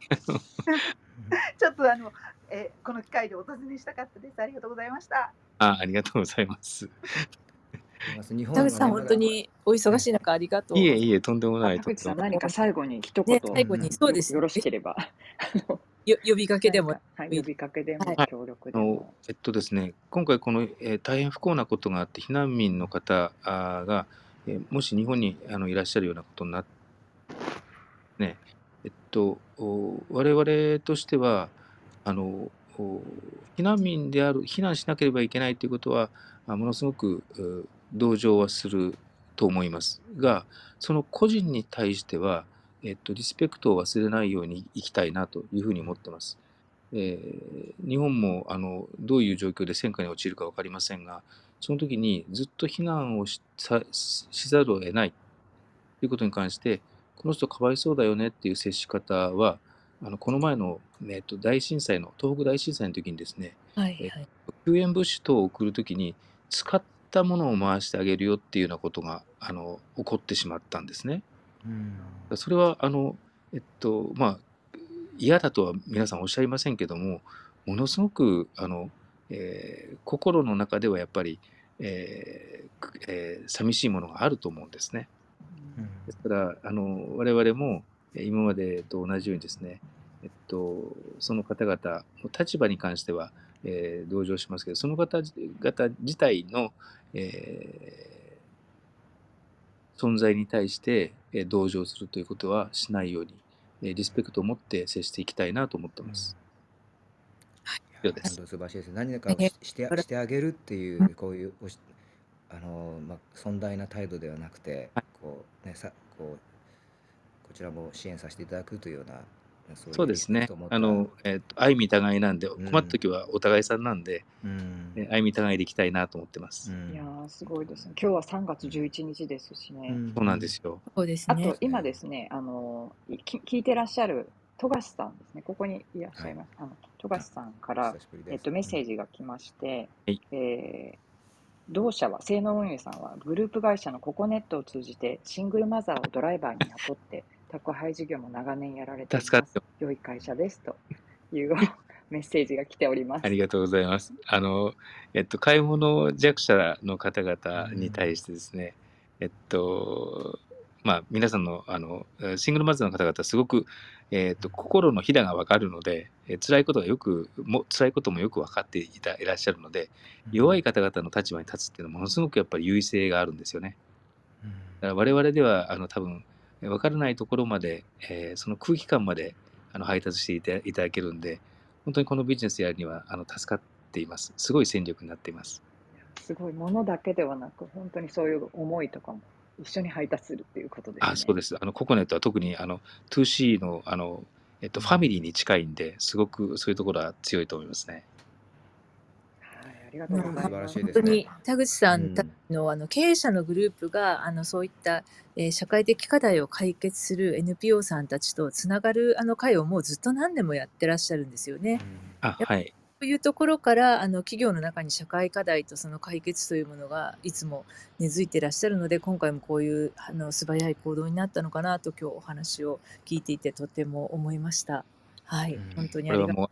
ちょっとあの、えーこの機会でお尋ねしたかったです。ありがとうございました。 あ、ありがとうございます。 日田口さん、 本はね、まだ、 本当にお忙しい中ありがとうございいえいえ、とんでもあ、 ない、 田口さん、 とんでもない。 何か最後に一ます。ね、 言、 最後に、 うんそうですね。 よよろしければ、あのよ呼びかけでも何か、はい、呼びかけでもはい。 はい、 協力あのでも。 えっとですね、今回この、えー大変不幸なことがあって、避難民の方あーが、えーもし日本にあのいらっしゃるようなことになってね、えっと、お我々としては、あの、お避難民である、避難しなければいけないということは、あものすごくう同情はすると思いますが、その個人に対しては、えっと、リスペクトを忘れないように生きたいなというふうに思ってます。えー日本もあのどういう状況で戦火に陥るか分かりませんが、その時にずっと避難をしさしざるを得ないということに関して、この人かわいそうだよねっていう接し方は、あのこの前の、えっと、大震災の、東北大震災の時にですね、えはいはい。 救援物資等を送る時に、使ったものを回してあげるよっていうようなことがあの起こってしまったんですね。 うんそれはあの、えっとまあ、嫌だとは皆さんおっしゃいませんけども、ものすごくあの、えー心の中ではやっぱり、えーくえー寂しいものがあると思うんですね。 うんですからあの我々もえー今までと同じようにですね、えっと、その方々の立場に関しては、えー同情しますけど、その方々自体の、えー存在に対してえー同情するということはしないように、えーリスペクトを持って接していきたいなと思ってうんいます。以や、 上です。 本当素晴らしいです。何か大変をしして素晴らししてあげるっていうんう、こういうおしあの、まあ、尊大な態度ではなくて、 はい、 こうね、さこうこちらも支援させていただくというような、そうそういうリスペクですね。 トを持った、 あの、えっと、相見互いなんで、 うん困った時はお互いさんなんで、 うんね相見互いでいきたいなと思ってまうす。 いやんー、すごいですね。今日はさんがつじゅういちにちですしうね。 そうなんでんすよ。 そうですね。 あと、今ですね、あの、いき聞いてらっしゃる富樫さんですね。ここにいらっしはい。 ゃいます。あの、富樫さんから、 久しぶりです。 えっと、メッうんセージが来まして、 はい。 えー同社は、性能運輸さんは、グループ会社のココネットを通じて、シングルマザーをドライバーに雇って、宅配事業も長年やられています。 助かってます。 良い会社です。というメッセージが来ております。 ありがとうございます。あの、えっと、買い物弱者の方う 々に対んしてですね、えっと、まあ、皆さんの、あの、シングルマザーの方々、すごく、えっと、心のひだがわかるので、え辛いことがよく、も辛いこともよく分かっていたいらっしゃるので、弱い方々の立場に立つっていうのは、ものすごくやっぱり優位性があるんですよね。 うんだから我々では、あの、多分、分からないところまで、えーその空気感まであの配達していたいただけるんで、本当にこのビジネスやるにはあの助かっています。すごい戦力になっています。 すごい、ものだけではなく、本当にそういう思いとかも一緒に配達するっていうことですあ、そうね。 です。あの、ココネットは特にあの ツーシー の、あの、えっと、ファミリーに近いんで、すごくそういうところは強いと思いますね。 はい、ありがあのまあとうございます。 素晴らしいですね。 本当に田口さうんたちのあの経営者のグループがあのそういった、えー社会的課題を解決する エヌピーオー さんたちとつながるあの会をもうずっと何年もやってらっしゃるんですよね。 あ、 やっぱはい。 そういうところからあの企業の中に社会課題とその解決というものがいつも根付いてらっしゃるので、今回もこういうあの素早い行動になったのかなと今日お話を聞いていてとても思いました。はい、 うん本当にありがとう。 これはもう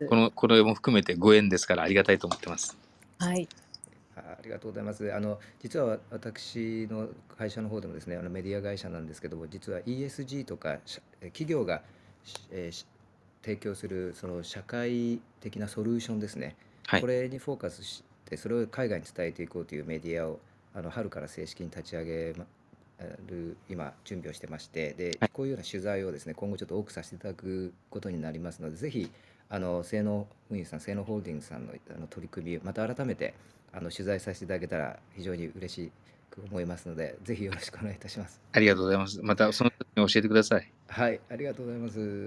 このこれも含めてご縁ですからありがたいと思ってます。 はい。 あありがとうございます。あの実は私の会社の方でもですね、あのメディア会社なんですけども、実は イーエスジー とかし企業がしえーし提供するその社会的なソリューションですね、 はい。 これにフォーカスしてそれを海外に伝えていこうというメディアをあの春から正式に立ち上げまる今準備をしてまして、ではい。 こういうような取材をですね今後ちょっと多くさせていただくことになりますので、ぜひあの性能運輸さん、性能ホールディングスさんのあの取り組みまた改めてあの取材させていただけたら非常に嬉しく思いますので、ぜひよろしくお願いいたします。 ありがとうございます。またその時に教えてください。 はい、ありがとうございます。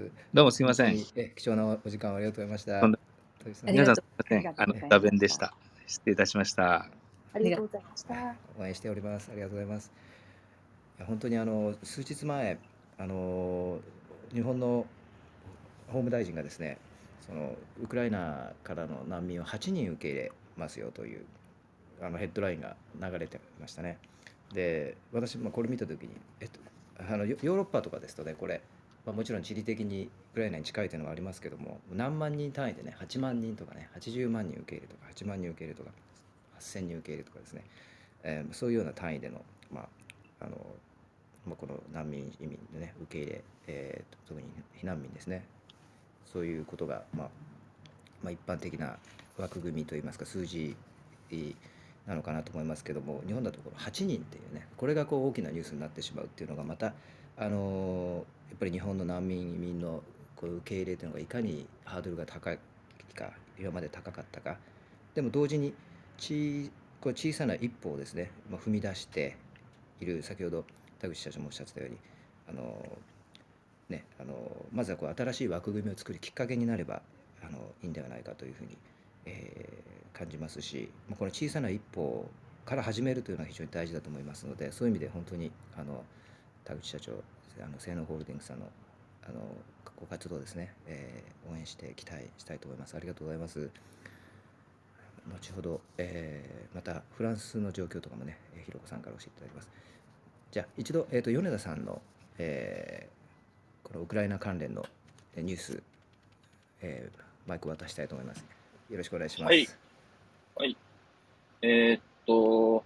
どうもすいません。 本当にえ貴重なお時間をありがとうございました。 とんでトビさん、 皆さんありがとすいません。 ありがとあの、 うございま多弁でし。 したた。失礼いたしました。 ありがとうございましはいた。 応援しております。ありがとうございます。いや本当にあの数日前あの日本の法務大臣がですね、そのウクライナからの難民をはちにん受け入れますよというあのヘッドラインが流れてましたね。で、私もこれ見たときに、えっと、あのヨヨーロッパとかですとね、これ、まあ、もちろん地理的にウクライナに近いというのはありますけども、何万人単位でね、はちまんにんとかね、はちじゅうまんにん受け入れとか、はちまんにん受け入れとか、はっせんにん受け入れとかですね、えーそういうような単位での、まあ、あのまあ、この難民移民でね、受け入れ、えーと特に避難民ですね、そういうことが、まあまあ、一般的な枠組みといいますか、数字なのかなと思いますけども、日本だところはちにんっていうね、これがこう大きなニュースになってしまうっていうのが、また、あのやっぱり日本の難民移民のこう受け入れというのがいかにハードルが高いか、今まで高かったか、でも同時にちこう小さな一歩をですね、まあ、踏み出している、先ほど田口社長もおっしゃってたように、あのね、あのまずはこう新しい枠組みを作るきっかけになればあのいいんではないかというふうに、えー感じますし、まあこの小さな一歩から始めるというのは非常に大事だと思いますので、そういう意味で本当にあの田口社長、あの性能ホールディングスさんのあのご活動ですね、えー応援して期待したいと思います。ありがとうございます。後ほど、えーまたフランスの状況とかもね、えーひろこさんから教えていただきます。じゃあ一度、えーと米田さんの、えーこのウクライナ関連のえーニュース、えーマイクを渡したいと思います。よろしくお願いしまはい。 す。 はい。えーっと、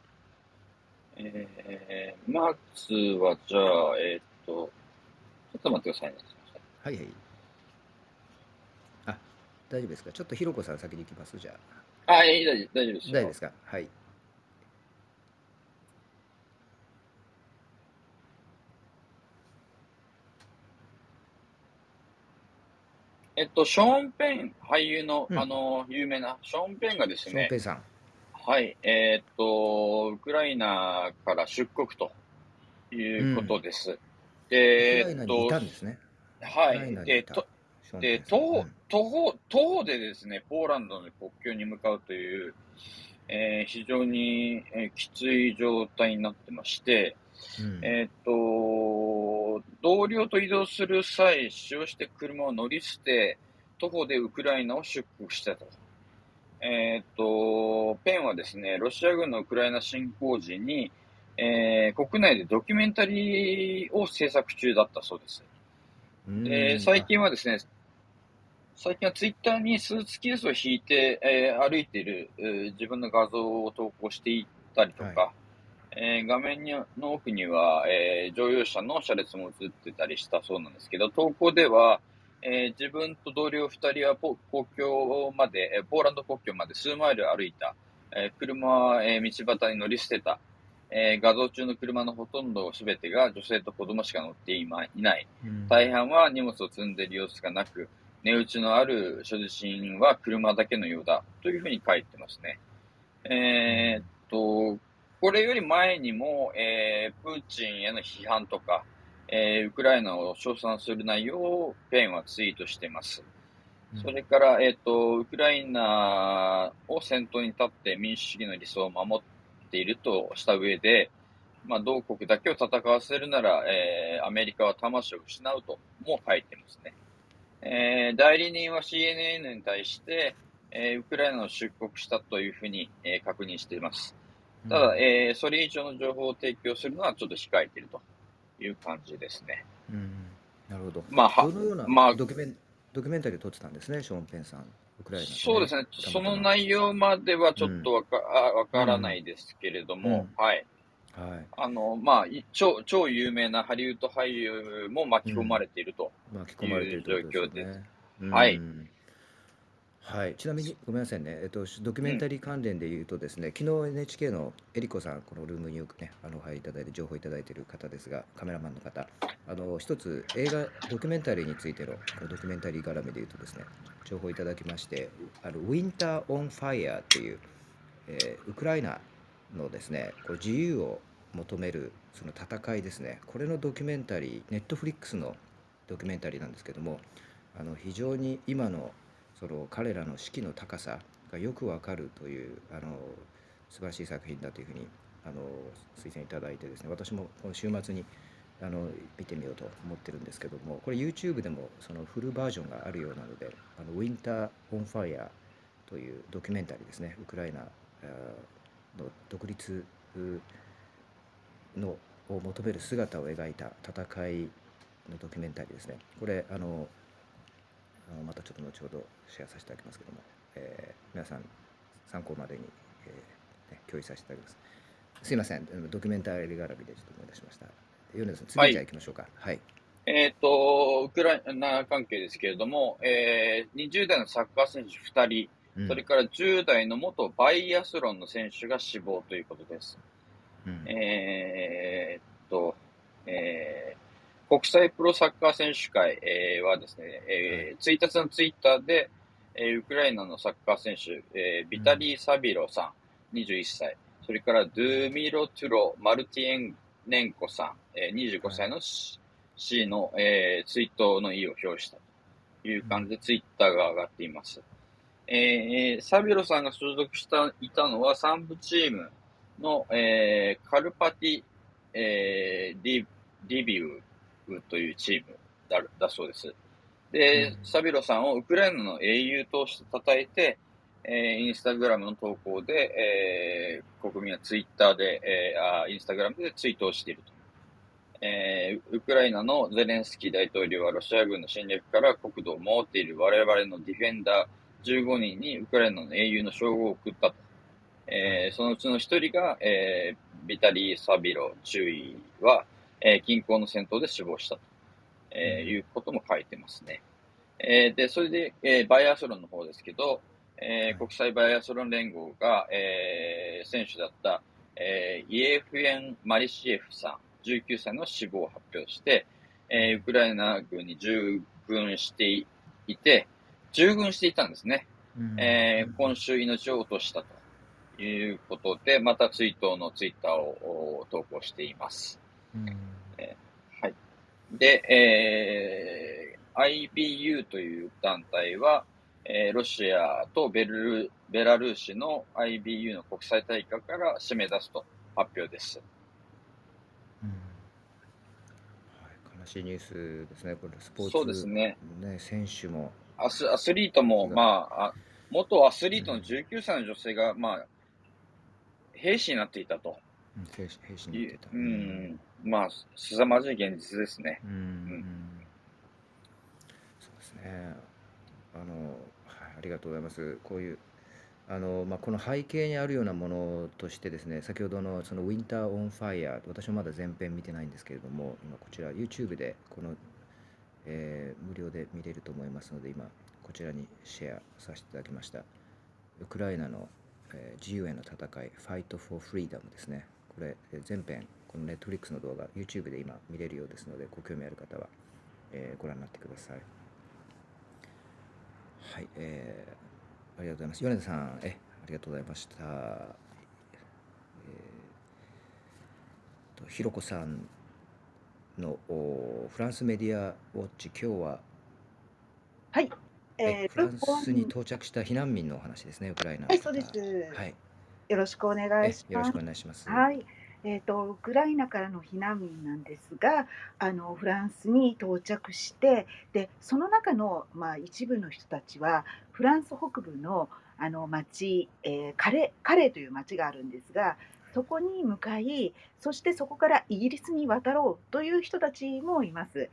えー、まずは、じゃあ、えーっと、ちょっと待ってくださいね。 はいはい。あ、大丈夫ですか。ちょっとひろこさん先に行きます。じゃあ。 あ、いい、大丈夫大丈夫ですよ。 大丈夫ですか。はい。 えっと、ショーン・ペン、俳優の、 うん。 あの、有名なショーン・ペンがですショーンね、 ペイさん。 はい、えーっと、ウクライナから出国というこうん。 とです。 ウクで、えっライナにいと、 たんですね。ウクはい。で、 ライナにいたと、 ショーンペで、 イさん。う徒歩、 ん。 徒歩、徒歩でですね、ポーランドの国境に向かうという、えー非常に、えーきつい状態になってまして、 うん。 えーっと、同僚と移動する際、使用して車を乗り捨て、徒歩でウクライナを出国したと。えーっと、ペンはですね、ロシア軍のウクライナ侵攻時に、えー国内でドキュメンタリーを制作中だったそうです。 うで、 ん。 最あ、 近はですね、最近はツイッターにスーツケースを引いて、えー歩いている、えー自分の画像を投稿していったりとはい。 か、えー画面にの奥には、えー乗用車の車列も映ってたりしたそうなんですけど、投稿では、えー自分と同僚ふたりはポ国境まで、えーポーランド国境まで数マイル歩いた、えー車は、えー道端に乗り捨てた、えー画像中の車のほとんどすべてが女性と子供しか乗っていまいない。 うん。 大半は荷物を積んでいる様子がなく、値打ちのある所持品は車だけのようだというふうに書いてますね。 うえーっん。 と、これより前にも、えープーチンへの批判とか、えーウクライナを称賛する内容をペンはツイートしています。 うん。 それから、えーっと、ウクライナを先頭に立って民主主義の理想を守っているとした上で、まあ、同国だけを戦わせるなら、えーアメリカは魂を失うとも書いてますね。えー代理人は シーエヌエヌ に対して、えーウクライナを出国したというふうに、えー確認しています。 うん。 ただ、えーそれ以上の情報を提供するのはちょっと控えているという感じですね。 うん。なるほど。 まあ、は、 どのようなまあ、 ドキュメンドドキュメンタリーを撮ってたんですね、ショーン・ペンさん、ウクライナとそうですね、 ね。 たまたま。 その内容まではちょっうん。 とわか、あわうからなんうん。 いですけれどうも、 ん。 はい。 はい。 あの、まあ、い超、超有名なハリウッド俳優もう巻き込まん。 れていると巻き込いまれてるうってことですよ状況です。 ね。うはい。 ん。はい、ちなみにごめんなさいね、えっと、ドキュうん。 メンタリー関連で言うとですね、昨日 エヌエイチケー のエリコさん、このルームによくね、あのお入りいただいて、情報いただいている方ですが、カメラマンの方、あの一つ映画、ドキュメンタリーについての、このドキュメンタリー絡みで言うとですね、情報いただきまして、あのウィンター・オン・ファイヤーっていう、えーウクライナのですね、こう自由を求めるその戦いですね、これのドキュメンタリー、ネットフリックスのドキュメンタリーなんですけども、あの非常に今のその彼らの士気の高さがよくわかるというあの素晴らしい作品だというふうにあの推薦いただいてですね、私もこの週末にあの見てみようと思ってるんですけども、これ YouTube でもそのフルバージョンがあるようなので、あのウィンター・オン・ファイヤーというドキュメンタリーですね、ウクライナあーの独立のを求める姿を描いた戦いのドキュメンタリーですね。これあのあのまたちょっと後ほどシェアさせていただきますけども、えー皆さん参考までに、えーね、共有させていただきます。すいません、ドキュメンタリー絡みでちょっと思い出しました。米田さん、 は次じゃあい。 行きましょうか。はい。 えっと、ウクライナ関係ですけれども、えー、にじゅう代のサッカー選手ふたり、 うん。 それからじゅう代の元バイアスロンの選手が死亡ということです。 うん。 えーっと、えー国際プロサッカー選手会、えーはですね、 はい。 えー、ついたちのツイッターで、えーウクライナのサッカー選手、えーうビタん。 リー・サビロさん、にじゅういっさい、それからドゥミロ・トゥロ・マルティエンネンコさん、えー、25 はい。 歳の C の、えー、追悼の意を表したといううん。 感じでツイッターが上がっています。えーサビロさんが所属したいたのはさん部チームの、えーカルパティ、えーリリビウというチームだだそうです。 うで、 ん。 サビロさんをウクライナの英雄として称えて、えーインスタグラムの投稿で、えー国民はツイッターで、えーあインスタグラムでツイートをしていると。えーウクライナのゼレンスキー大統領はロシア軍の侵略から国土を守っている我々のディフェンダーじゅうごにんにウクライナの英雄の称号を送ったと。 はい。 えーそのうちの一人が、えービタリー・サビロ中尉は、えー近郊の戦闘で死亡したと、 うえーいん。 うことも書いてますね。えーで、それで、えーバイアスロンの方ですけど、えーはい。 国際バイアスロン連合が、えー選手だった、えーイエフエン・マリシエフさん、じゅうきゅうさいの死亡を発表して、 うえーウん。 クライナ軍に従軍していて、従軍していたんですね。 うん。 えー今週命を落としたということで、また追悼のツイッターをお投稿しています。 うん。 えーはい。で、えー アイビーユー という団体は、えーロシアとベルベラルーシの アイビーユー の国際大会から締め出すと発表です。 うんはい、悲しいニュースですね。これスポーそうですツ、 ね。 ね、選手もアスアスリートも、 気が、 まあ、あ元アスうん、 リートのじゅうきゅうさいの女性が、まあ、兵士になっていたとうん兵士、兵士にないう、 っていた。 ううん、 ん、まあ、凄まじい現実ですね。 うん、ううん。 ん、そうですね。あの、はい、ありがとうございます。こういう、あの、まあ、この背景にあるようなものとしてですね、先ほどのそのウィンター・オン・ファイヤー、私はまだ全編見てないんですけれども、今こちら YouTube でこの、えー無料で見れると思いますので、今こちらにシェアさせていただきました。ウクライナの、えー自由への戦い、Fight for Freedom ですね。これ、えー全編、この Netflix の動画、YouTube で今見れるようですので、ご興味ある方は、えーご覧になってください。はい、えーありがとうございます。米田さん、え、ありがとうございました。えーと、ひろこさんのおフランスメディアウォッチ、今日は、 はい。 え、 えー、 フランルポスにン、 到着した避難民のお話ですね、ウクライナはい、 の方。 そうです。 はい。 よろしくお願いえ、 します。 よろしくお願いします。 はい。えっと、ウクライナからの避難民なんですが、あの、フランスに到着して、で、その中の、まあ、一部の人たちは、フランス北部の、あの、町、えーカレ、カレーという町があるんですが、そこに向かい、そしてそこからイギリスに渡ろうという人たちもいます。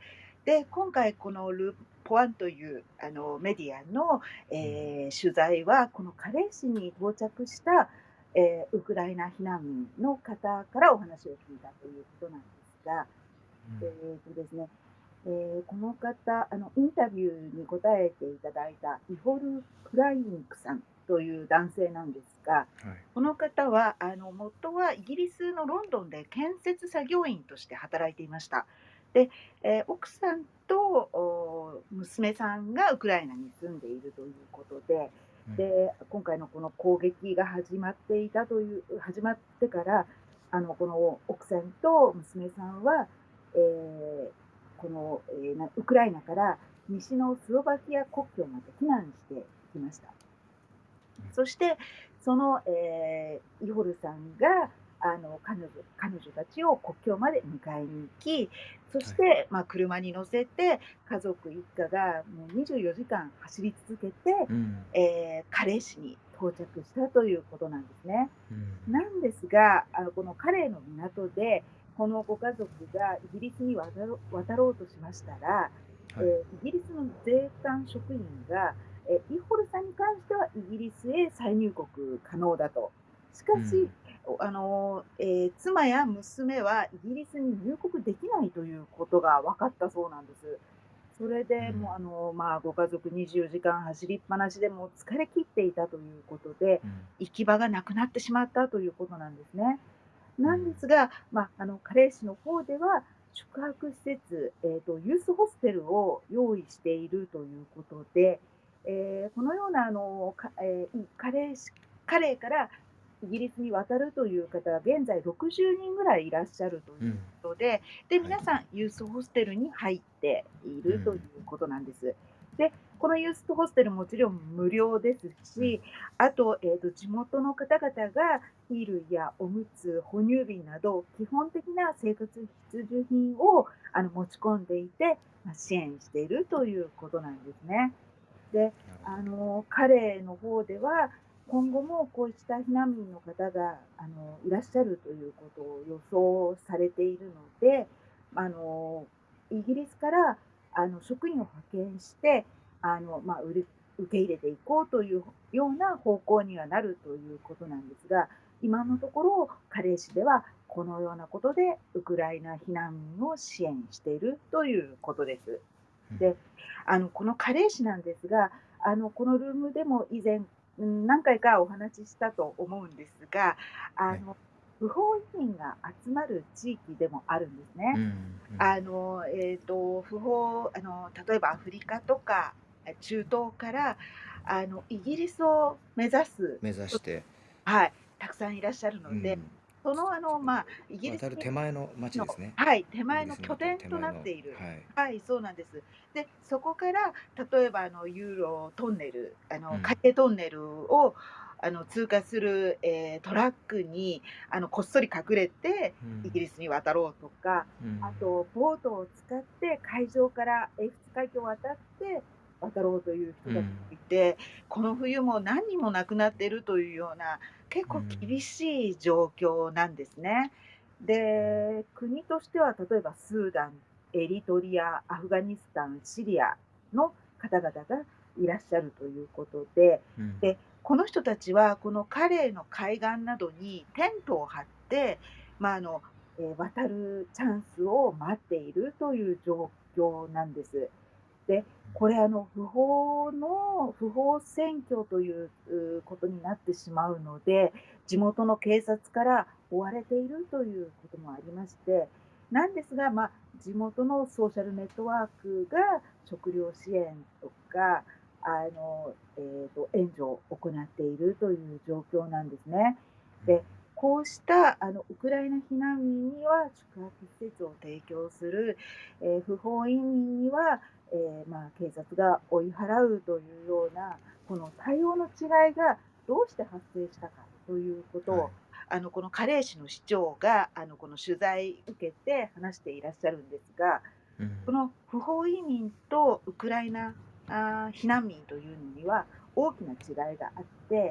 で、今回このルポワンというあのメディアの、えー取材は、このカレー市に到着した、えーウクライナ避難民の方からお話を聞いたということなんですが、えーとですね、えーこの方あの、インタビューに答えていただいたイホル・クライニクさんという男性なんですが、 はいこの方はあの元はイギリスのロンドンで建設作業員として働いていました。で、えー奥さんとお娘さんがウクライナに住んでいるということで、で今回のこの攻撃が始まっていたという始まってからあのこの奥さんと娘さんは、えーこの、えーなウクライナから西のスロバキア国境まで避難してきました。そしてその、えーイホルさんがあの彼女彼女たちを国境まで迎えに行き、そして、まあ、車に乗せて家族一家がもうにじゅうよじかん走り続けて、 うんえーカレー市に到着したということなんですね。 うんなんですが、あのこのカレーの港で、このご家族がイギリスに渡ろ渡ろうとしましたら、 はいえーイギリスの税関職員が、えーイホルさんに関してはイギリスへ再入国可能だと。しかし、 うんおあのーえー妻や娘はイギリスに入国できないということが分かったそうなんです。それでうんもうあの、まあ、ご家族にじゅうよじかん走りっぱなしでもう疲れ切っていたということで、 うん行き場がなくなってしまったということなんですね。なんですが、まあ、あのカレー市の方では宿泊施設、えーと、ユースホステルを用意しているということで、えーこのようなあのか、えーカレー市カレーからイギリスに渡るという方は現在ろくじゅうにんぐらいいらっしゃるということで、で皆さんユースホステルに入っているということなんです。でこのユースホステルもちろん無料ですし、あと,、えーと地元の方々が衣類やおむつ、哺乳瓶など基本的な生活必需品をあの持ち込んでいて、まあ支援しているということなんですね。で、あの彼の方では今後もこうした避難民の方があのいらっしゃるということを予想されているので、あのイギリスからあの職員を派遣してあの、まあ、受け入れていこうというような方向にはなるということなんですが、今のところカレー市ではこのようなことでウクライナ避難民を支援しているということです。であのこのカレー市なんですが、あのこのルームでも以前うん何回かお話ししたと思うんですが、あの不法移民が集まる地域でもあるんですね。 うんあのえー、と不法あの例えばアフリカとかえ中東からあのイギリスを目指す、 目指してはい、たくさんいらっしゃるので、 うんそのあの、まあ、イギリス渡るに手前の町の、 ですね。 はい、手前のイギリスに拠点と渡る手前のなっている、 はいはい、そうなんです。で、そこから例えばあのユーロトンネル、あのうん海底トンネルをあの通過する、えートラックにあのこっそり隠れてうんイギリスに渡ろうとか、 うんあとボートを使って海上から英仏海峡を渡って渡ろうという人たちがいて、この冬も何人も亡くなっているというような結構厳しい状況なんですね。で、国としては例えばスーダン、エリトリア、アフガニスタン、シリアの方々がいらっしゃるということで、 うんでこの人たちはこのカレーの海岸などにテントを張って、まああのえー渡るチャンスを待っているという状況なんです。でこれあの不法の不法占拠といううことになってしまうので、地元の警察から追われているということもありまして、なんですが、まあ、地元のソーシャルネットワークが食料支援とかあの、えー、と援助を行っているという状況なんですね。でこうしたあのウクライナ避難民には宿泊施設を提供する、えー不法移民にはえーまあ、警察が追い払うというようなこの対応の違いがどうして発生したかということを、 はいあのこのカレー市の市長があのこの取材受けて話していらっしゃるんですが、 うんこの不法移民とウクライナあー避難民というのには大きな違いがあって、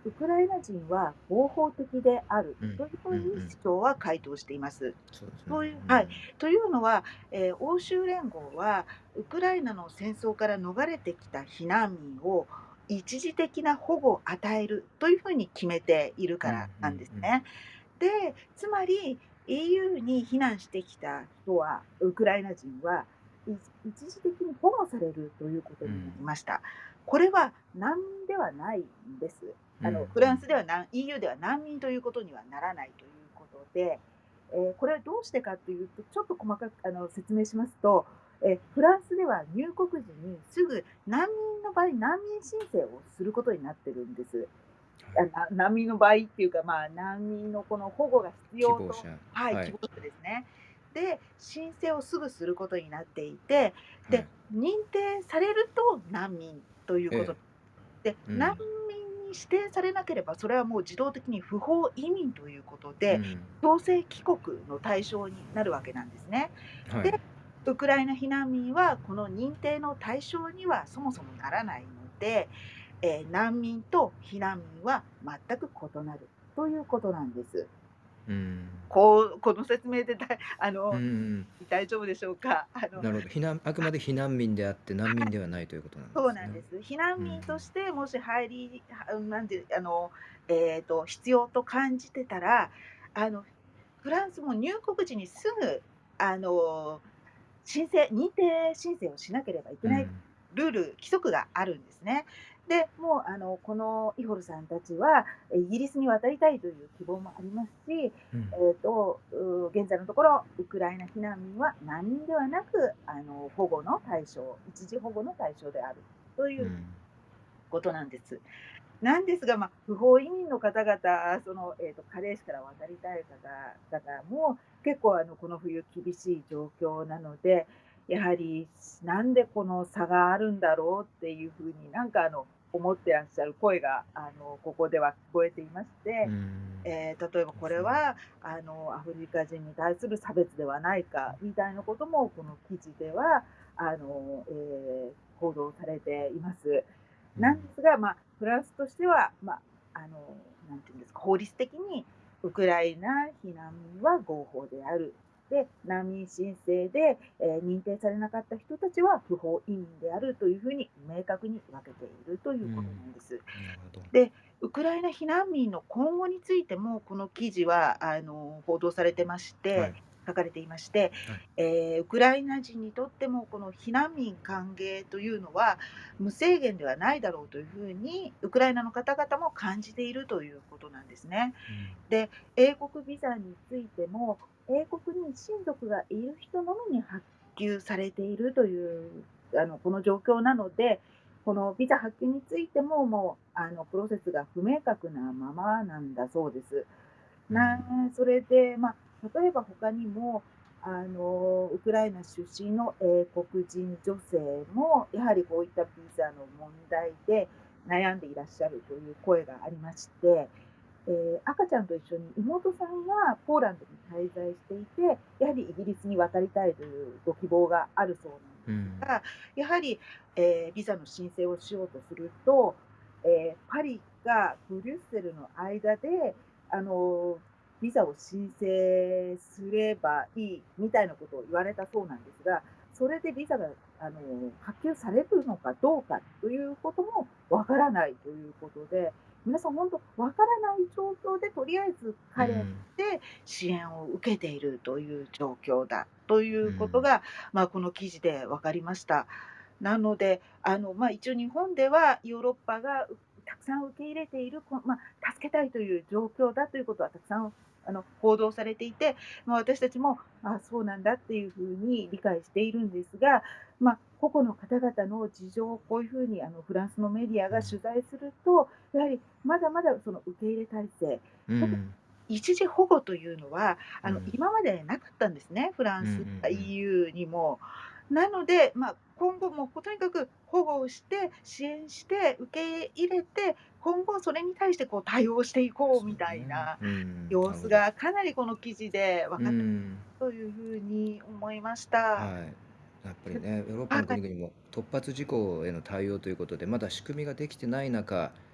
ウクライナ人は合法的であるうんというふうんううにん主張は回答しています。 そうですね。 といううはい、 んというのは、えー欧州連合は、ウクライナの戦争から逃れてきた避難民を一時的な保護を与えるというふうに決めているうんうからなんですんね。で、つまり イーユー に避難してきた人は、ウクライナ人はい一時的に保護されるということになりました。これは難民ではないんです。あのうんフランスでは難 イーユー では難民ということにはならないということで、えーこれはどうしてかというと、ちょっと細かくあの説明しますと、えーフランスでは入国時にすぐ難民の場合、難民申請をすることになってるんです。 はいあな難民の場合っていうか、まあ、難民のこの保護が必希要と、 望者はい、 はい希望者ですね。で、申請をすぐすることになっていて、 はいで、認定されると難民ということえで、 うん難民に指定されなければ、それはもう自動的に不法移民ということうで、 ん強制帰国の対象になるわけなんですね。 はいで、ウクライナ避難民はこの認定の対象にはそもそもならないので、えー難民と避難民は全く異なるということなんです。 うんこうこの説明でだあうんうのん大丈夫でしょうか。あのなるほど避難あくまで避難民であって難民ではないということなんですね。 そうなんです。避難うん民としてもし入り、はなんてあの、えーと必要と感じてたら、あのフランスも入国時にすぐあの申請認定申請をしなければいけないうんルール、規則があるんですね。で、もうあのこのイホルさんたちはえイギリスに渡りたいという希望もありますし、 うんえーとう現在のところ、ウクライナ避難民は難民ではなく、あの保護の対象、一時保護の対象であるといううんことなんです。なんですが、まあ、不法移民の方々、その、えーと、加齢市から渡りたい方々も結構あのこの冬厳しい状況なので、やはりなんでこの差があるんだろうっていうふうになんかあの思ってらっしゃる声があのここでは聞こえていましうて、 んえー例えばこれはあのアフリカ人に対する差別ではないかみたいなこともこの記事ではあの、えー報道されています。なんですが、まあ、フランスとしては、まあ、あのなんていうんですか、法律的にウクライナ避難民は合法である。で、難民申請で、えー認定されなかった人たちは不法移民であるというふうに明確に分けているということなんです。 なるほど。 で、ウクライナ避難民の今後についても、この記事はあの報道されてましはて、 い書かれていまして、 はいえーウクライナ人にとっても、この避難民歓迎というのは、無制限ではないだろうというふうに、ウクライナの方々も感じているということなんですね。 うんで、英国ビザについても、英国に親族がいる人のみに発給されているというあのこの状況なので、このビザ発給についても、もうあのプロセスが不明確なままなんだそうです。なそれで、まあ、例えば他にもあのウクライナ出身の英国人女性もやはりこういったビザの問題で悩んでいらっしゃるという声がありまして、えー赤ちゃんと一緒に妹さんがポーランドに滞在していて、やはりイギリスに渡りたいというご希望があるそうなんですが、やはり、えービザの申請をしようとすると、えーパリかブリュッセルの間で、あのビザを申請すればいいみたいなことを言われたそうなんですが、それでビザがあの発給されるのかどうかということもわからないということで、皆さん本当わからない状況でとりあえず彼で支援を受けているという状況だということが、まあ、この記事で分かりました。なのであの、まあ、一応日本ではヨーロッパがうたくさん受け入れている、こまあ、助けたいという状況だということはたくさんあの報道されていて、まあ、私たちもあそうなんだっていうふうに理解しているんですが、まあ、個々の方々の事情をこういうふうにあのフランスのメディアが取材すると、やはりまだまだその受け入れ体制、 うん一時保護というのはあの、 うん今までなかったんですね、フランス、 うんうんうんイーユー にも。なので、まあ、今後もとにかく保護をして支援して受け入れて、今後それに対してこう対応していこうみたいなうん様子がかなりこの記事で分うかったんというふうに思いました。 はいやっぱりねヨーロッパのはい、 国々も突発事故への対応ということでまだ仕組みができてない中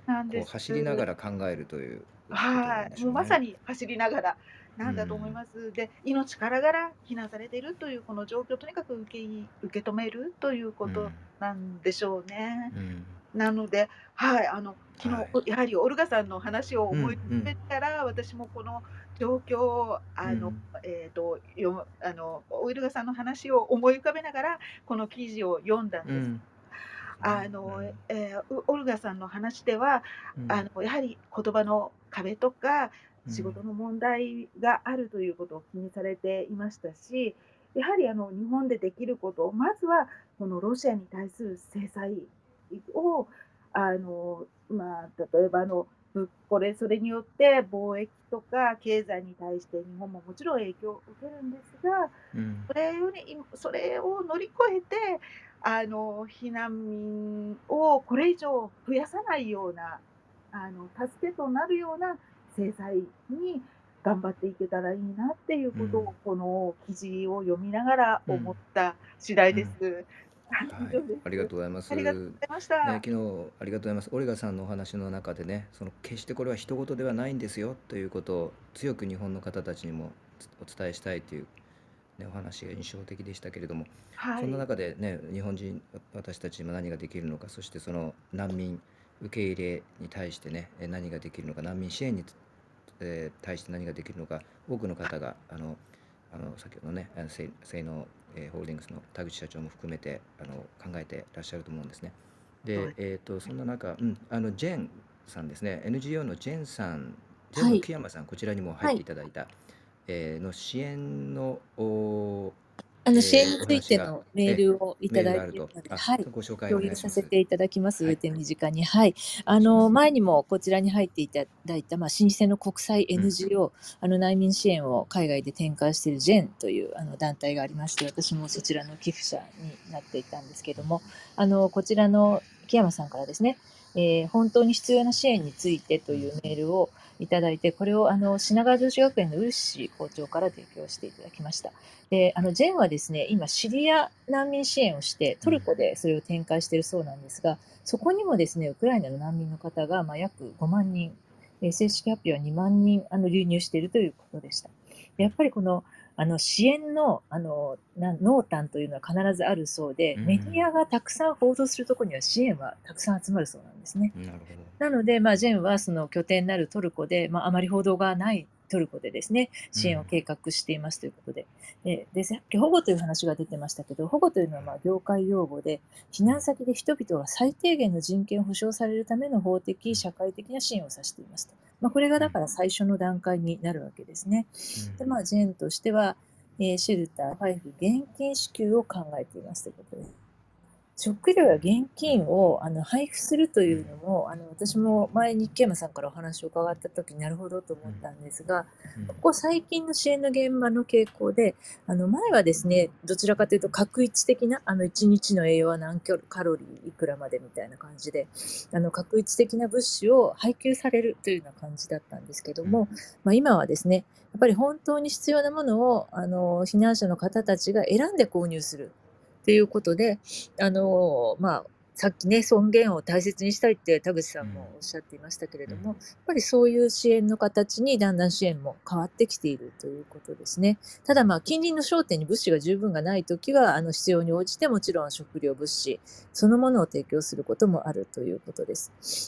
こうなんです。 走りながら考えるということなんではい、もうましょうね。 さに走りながらうなんだと思いん。 ます。で、命からがら避難されているというこの状況をとにかく受けい受け止めるということうん。 なんでしょうね。 うん。 なので、はい、あの、昨日、 はい。 おやはりオルガさんの話をうんう思い浮かべん。 たら、私もこの状況を、 うあの、 ん。 えっと、よむあの、オルガさんの話を思い浮かべながら、この記事を読んだんです。 うん。 あうの、 ん。 えーうオルガさんの話では、 うん。 あの、やはり言葉の壁とか、仕うん。 事の問題があるということを気にされていましたし、やはりあの、日本でできることを、まずはこのロシアに対する制裁を、あの、まあ、例えばあの、ぶこれそれによって貿易とか経済に対して日本ももちろん影響を受けるんですが、 うんそれよりそれを乗り越えて、あの、避難民をこれ以上増やさないような、あの、助けとなるような制裁に頑張っていけたらいいなっていううんことを、この記事を読みながらうん思った次第うん。 です。はい、以はい、 上でありがす。 とうございます。 ありがとうございましね、 た。 昨日ありがとうございます。オリガさんのお話の中でね、その決してこれは人事ではないんですよということを強く日本の方たちにもお伝えしたいという、ね、お話が印象的でしたけれども、そんなはい。 中でね、日本人、私たちにも何ができるのか、そしてその難民受け入れに対してね、え何ができるのか、難民支援に、えー対して何ができるのか、多くの方があのあの先ほどね、あのセイセイノー、えーホールディングスの田口社長も含めてあの考えてらっしゃると思うんですね。で、 そうです。 えー、とそんな中、うん、あのジェーンさんですね、エヌジーオー のジェーンさん、ジェーンはい。 の木山さん、こちらにも入ってはい。 いただいた、えーの支援の、おあの、支援えーおについ話が、 てのメーえルをいただいメールがあると、 ているので、 あ、 はい。 ご紹介お共願いします。 有させていただきます。 はい、 手短に。はい。 お願いしまあの、 す。 前にもこちらに入っていただいた、まあ、老舗の国際うん、 エヌジーオー、あの、難民支援を海外で展開しているジェンというあの団体がありまして、私もそちらの寄付者になっていたんですけども、あの、こちらの木山さんからですね、えー本当に必要な支援についてというメールをいただいて、これをあの品川女子学園の漆校長から提供していただきました。で、あの、ジェンはですね、今、シリア難民支援をして、トルコでそれを展開しているそうなんですが、そこにもですね、ウクライナの難民の方が、まあ、約ごまんにん、えー正式発表はにまんにんあの流入しているということでした。でやっぱりこのあの支援のあのな濃淡というのは必ずあるそうで、 うん、 メディアがたくさん報道するところには支援はたくさん集まるそうなんですね。 なるほど。 なので、まあ、ジェンはその拠点になるトルコで、まあ、あまり報道がないトルコでですね、 う支援をん、 計画していますということで。で、でさっき保護という話が出てましたけど、保護というのはまあ業界用語で、避難先で人々が最低限の人権を保障されるための法的、社会的な支援を指していますと。まあ、これがだから最初の段階になるわけですね。で、まあ、ジェンとしては、えーシェルター、配布、現金支給を考えていますということです。食料や現金をあの配布するというのも、あの私も前に池山さんからお話を伺ったときになるほどと思ったんですが、ここ最近の支援の現場の傾向で、あの前はですね、どちらかというと確一的な、あのいちにちの栄養は何キロカロリーいくらまでみたいな感じで、あの確一的な物資を配給されるというような感じだったんですけども、まあ、今はですね、やっぱり本当に必要なものをあの避難者の方たちが選んで購入するということで、あのまあ、さっきね、尊厳を大切にしたいって田口さんもおっしゃっていましたけれども、やっぱりそういう支援の形にだんだん支援も変わってきているということですね。ただ、まあ、近隣の商店に物資が十分がないときは、あの必要に応じてもちろん食料物資そのものを提供することもあるということです。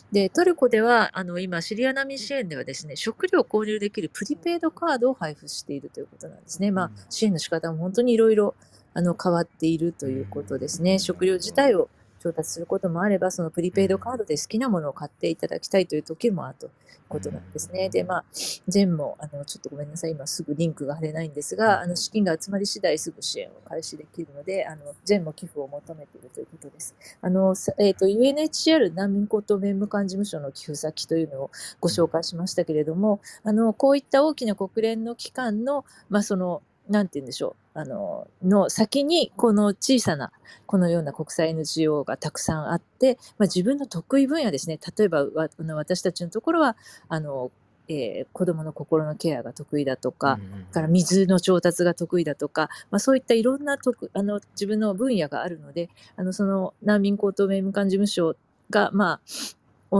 で、トルコでは、あの今、シリア難民支援ではですね、食料を購入できるプリペイドカードを配布しているということなんですね。まあ、支援の仕方も本当にいろいろあの変わっているということですね。食料自体を調達することもあれば、そのプリペイドカードで好きなものを買っていただきたいという時もあるということなんですね。で、まあ、ジェンも、あの、ちょっとごめんなさい、今すぐリンクが貼れないんですが、あの、資金が集まり次第すぐ支援を開始できるので、あの、ジェンも寄付を求めているということです。あの、えっと、ユーエヌエイチシーアール 難民高等弁務官事務所の寄付先というのをご紹介しましたけれども、あの、こういった大きな国連の機関の、まあ、その、なんて言うんでしょう、あの、の先に、この小さな、このような国際 エヌジーオー がたくさんあって、まあ、自分の得意分野ですね。例えば、わあの私たちのところは、あの、えー子供の心のケアが得意だとか、から水の調達が得意だとか、まあ、そういったいろんな得あの自分の分野があるので、あのその難民高等弁務官事務所が、まあ、温度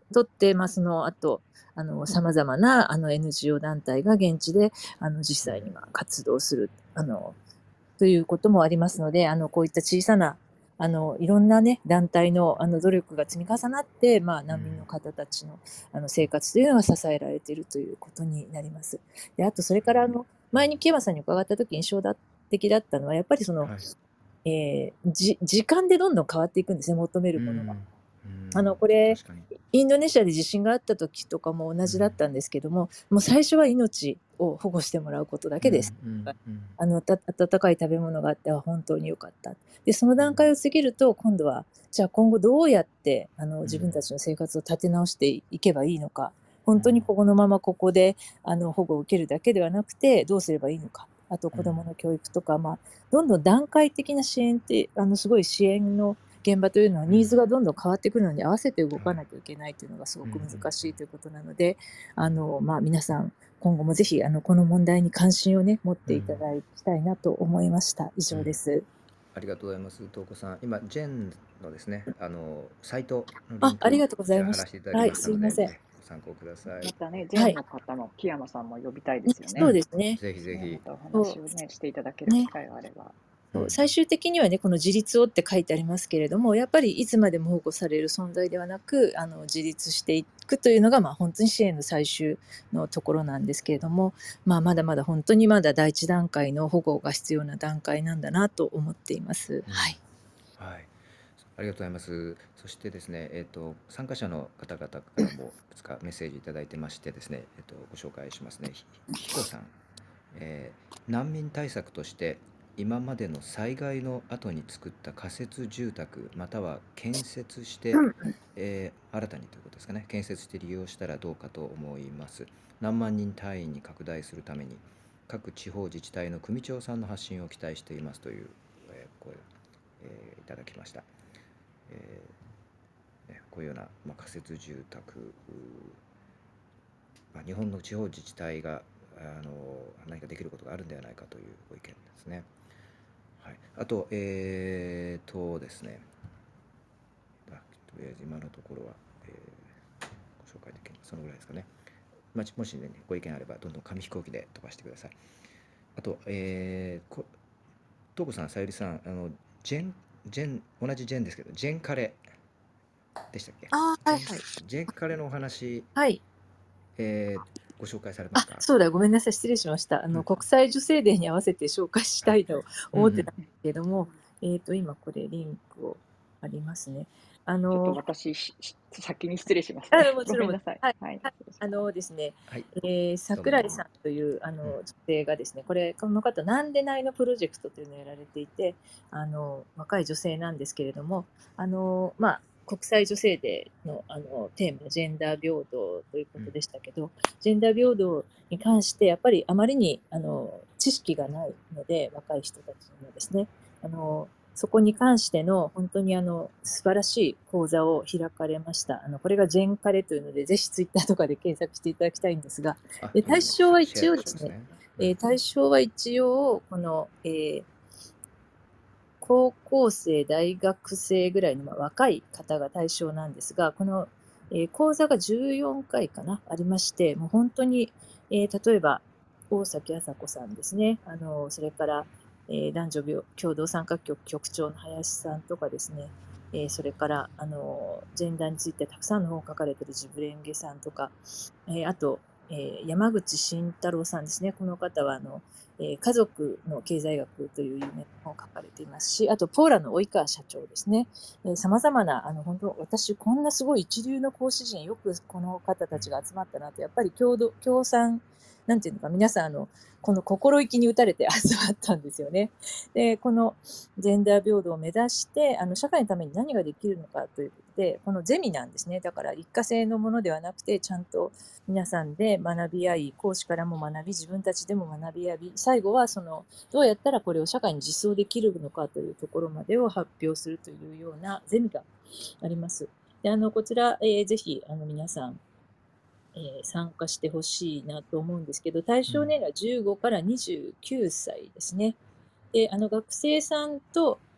とって、まあ、その後、あの、様々な、あの、エヌジーオー 団体が現地で、あの、実際にまあ活動する、あの、ということもありますので、あの、こういった小さな、あの、いろんなね、団体の、あの、努力が積み重なって、まあ、難民の方たちの、あの、生活というのが支えられているということになります。で、あと、それから、あの、前に木山さんに伺った時印象的だったのは、やっぱりその、 はい。 えーじ、時間でどんどん変わっていくんですね、求めうるものが。 ん。 あの、 うん。 これ、 確かに。 インドネシアで地震があった時とかも同じだったんですけども、もう最初は命を保護してもらうことだうん。 けです。 うん。うん。 あの、た温かい食べ物があっては本当に良かった。で、その段階を過ぎると、今度は、じゃあ今後どうやって、あの、自分たちの生活を立て直していけばいいのか、本当にここのままここで、あの、保護を受けるだけではなくて、どうすればいいのか。あと子供の教育とか、まあ、どんどん段階的な支援って、あの、すごい支援の現場というのはニーズがどんどん変わってくるのに合わせて動かなきゃいけないというのがすごく難しいということなので、あの、まあ、皆さん、今後もぜひ、あの、この問題に関心をね、持っていただきたいなと思いました。以上です。 ありがとうございます。東子さん、今、ジェンのですね、あの、サイトのリあ、 ンク、 ありがとうございました。 貼らせていただはい、 きましたので、 すいません。 えご参考ください。 またね、ジはい。 ェンの方も、木山さんも呼びたいでねすよね。 そうですね。 ね、まぜひぜひ。 たおそう話をね、していただける機ね。 会があれば。 そう最終的にはね、この自立をって書いてありますけれども、やっぱりいつまでも保護される存在ではなく、あの、自立していくというのが、まあ、本当に支援の最終のところなんですけれども、まあ、まだまだ本当にまだ第一段階の保護が必要な段階なんだなと思っています。 うんはい。 はい。ありがとうございます。そしてですね、えっと、参加者の方々からもいくつかメッセージいただいてましてですね、えっと、ご紹介しますね。ひひこさん、えー難民対策として今までの災害の後に作った仮設住宅または建設して、えー新たにということですかね、建設して利用したらどうかと思います。何万人単位に拡大するために各地方自治体の組長さんの発信を期待していますという、えー声を、えーいただきました。えーね、こういうような、まあ、仮設住宅、うまあ、日本の地方自治体があの何かできることがあるんではないかというご意見ですね。はい、あと、えーとですね、あとりあえず今のところは、えーご紹介できるそのぐらいですかね。まあ、もしね、ご意見あれば、どんどん紙飛行機で飛ばしてください。あと、えー、こ東子さん、さゆりさん、あのジェン、ジェン、同じジェンですけど、ジェンカレでしたっけ？ あーはいジェンはい。 ジェンカレのお話、 はい。 えーご紹介されまあ、 すか？ そうだ、ごめんなさい、失礼しました。あの、 うん国際女性デーに合わせて紹介したいとうん思ってうんたんですけれども、えっと、今これリンクをありますね。あちょっとの、 私、しし先に失礼しますあ、 ね。 もちろん、 ごめんなさい。 はい。 はい、 はい。あ失礼します。 のですね、 はい、 えー、 どう桜井ぞ。 さんというあうんの女性がですね、これ、この方、なんでないのプロジェクトというのをやられていて、あの、若い女性なんですけれども、あの、まあ、国際女性デーのあのテーマ、ジェンダー平等ということでしたけど、ジェンダー平等に関して、やっぱりあまりにあの知識がないので、若い人たちにもですね、あのそこに関しての本当にあの素晴らしい講座を開かれました。あのこれがジェンカレというので、ぜひツイッターとかで検索していただきたいんですが、 あ、 で今ね、 対象はシェア一応ですね、 しますね。 えー対象は一応、この、えー高校生、大学生ぐらいのまあ若い方が対象なんですが、この、えー講座がじゅうよんかいかな、ありまして、もう本当に、えー例えば、大崎麻子さんですね、あのそれから、えー男女病共同参画局局長の林さんとかですね、えーそれからあのジェンダーについてたくさんの本を書かれているジブレンゲさんとか、えーあと、えー山口慎太郎さんですね、この方はあのえー家族の経済学という有名な本を書かれていますし、あと、ポーラの及川社長ですね。さまざまな、あの、本当、私、こんなすごい一流の講師陣、よくこの方たちが集まったなと、やっぱり共同、共産、なんていうのか、皆さん、あの、この心意気に打たれて集まったんですよね。で、このジェンダー平等を目指して、あの、社会のために何ができるのかということで、このゼミなんですね。だから一過性のものではなくて、ちゃんと皆さんで学び合い、講師からも学び、自分たちでも学び合い、最後はそのどうやったらこれを社会に実装できるのかというところまでを発表するというようなゼミがあります。であのこちら、えーぜひあの皆さん、えー参加してほしいなと思うんですけど、対象年齢はじゅうごからにじゅうきゅうさいですね。であの学生さんと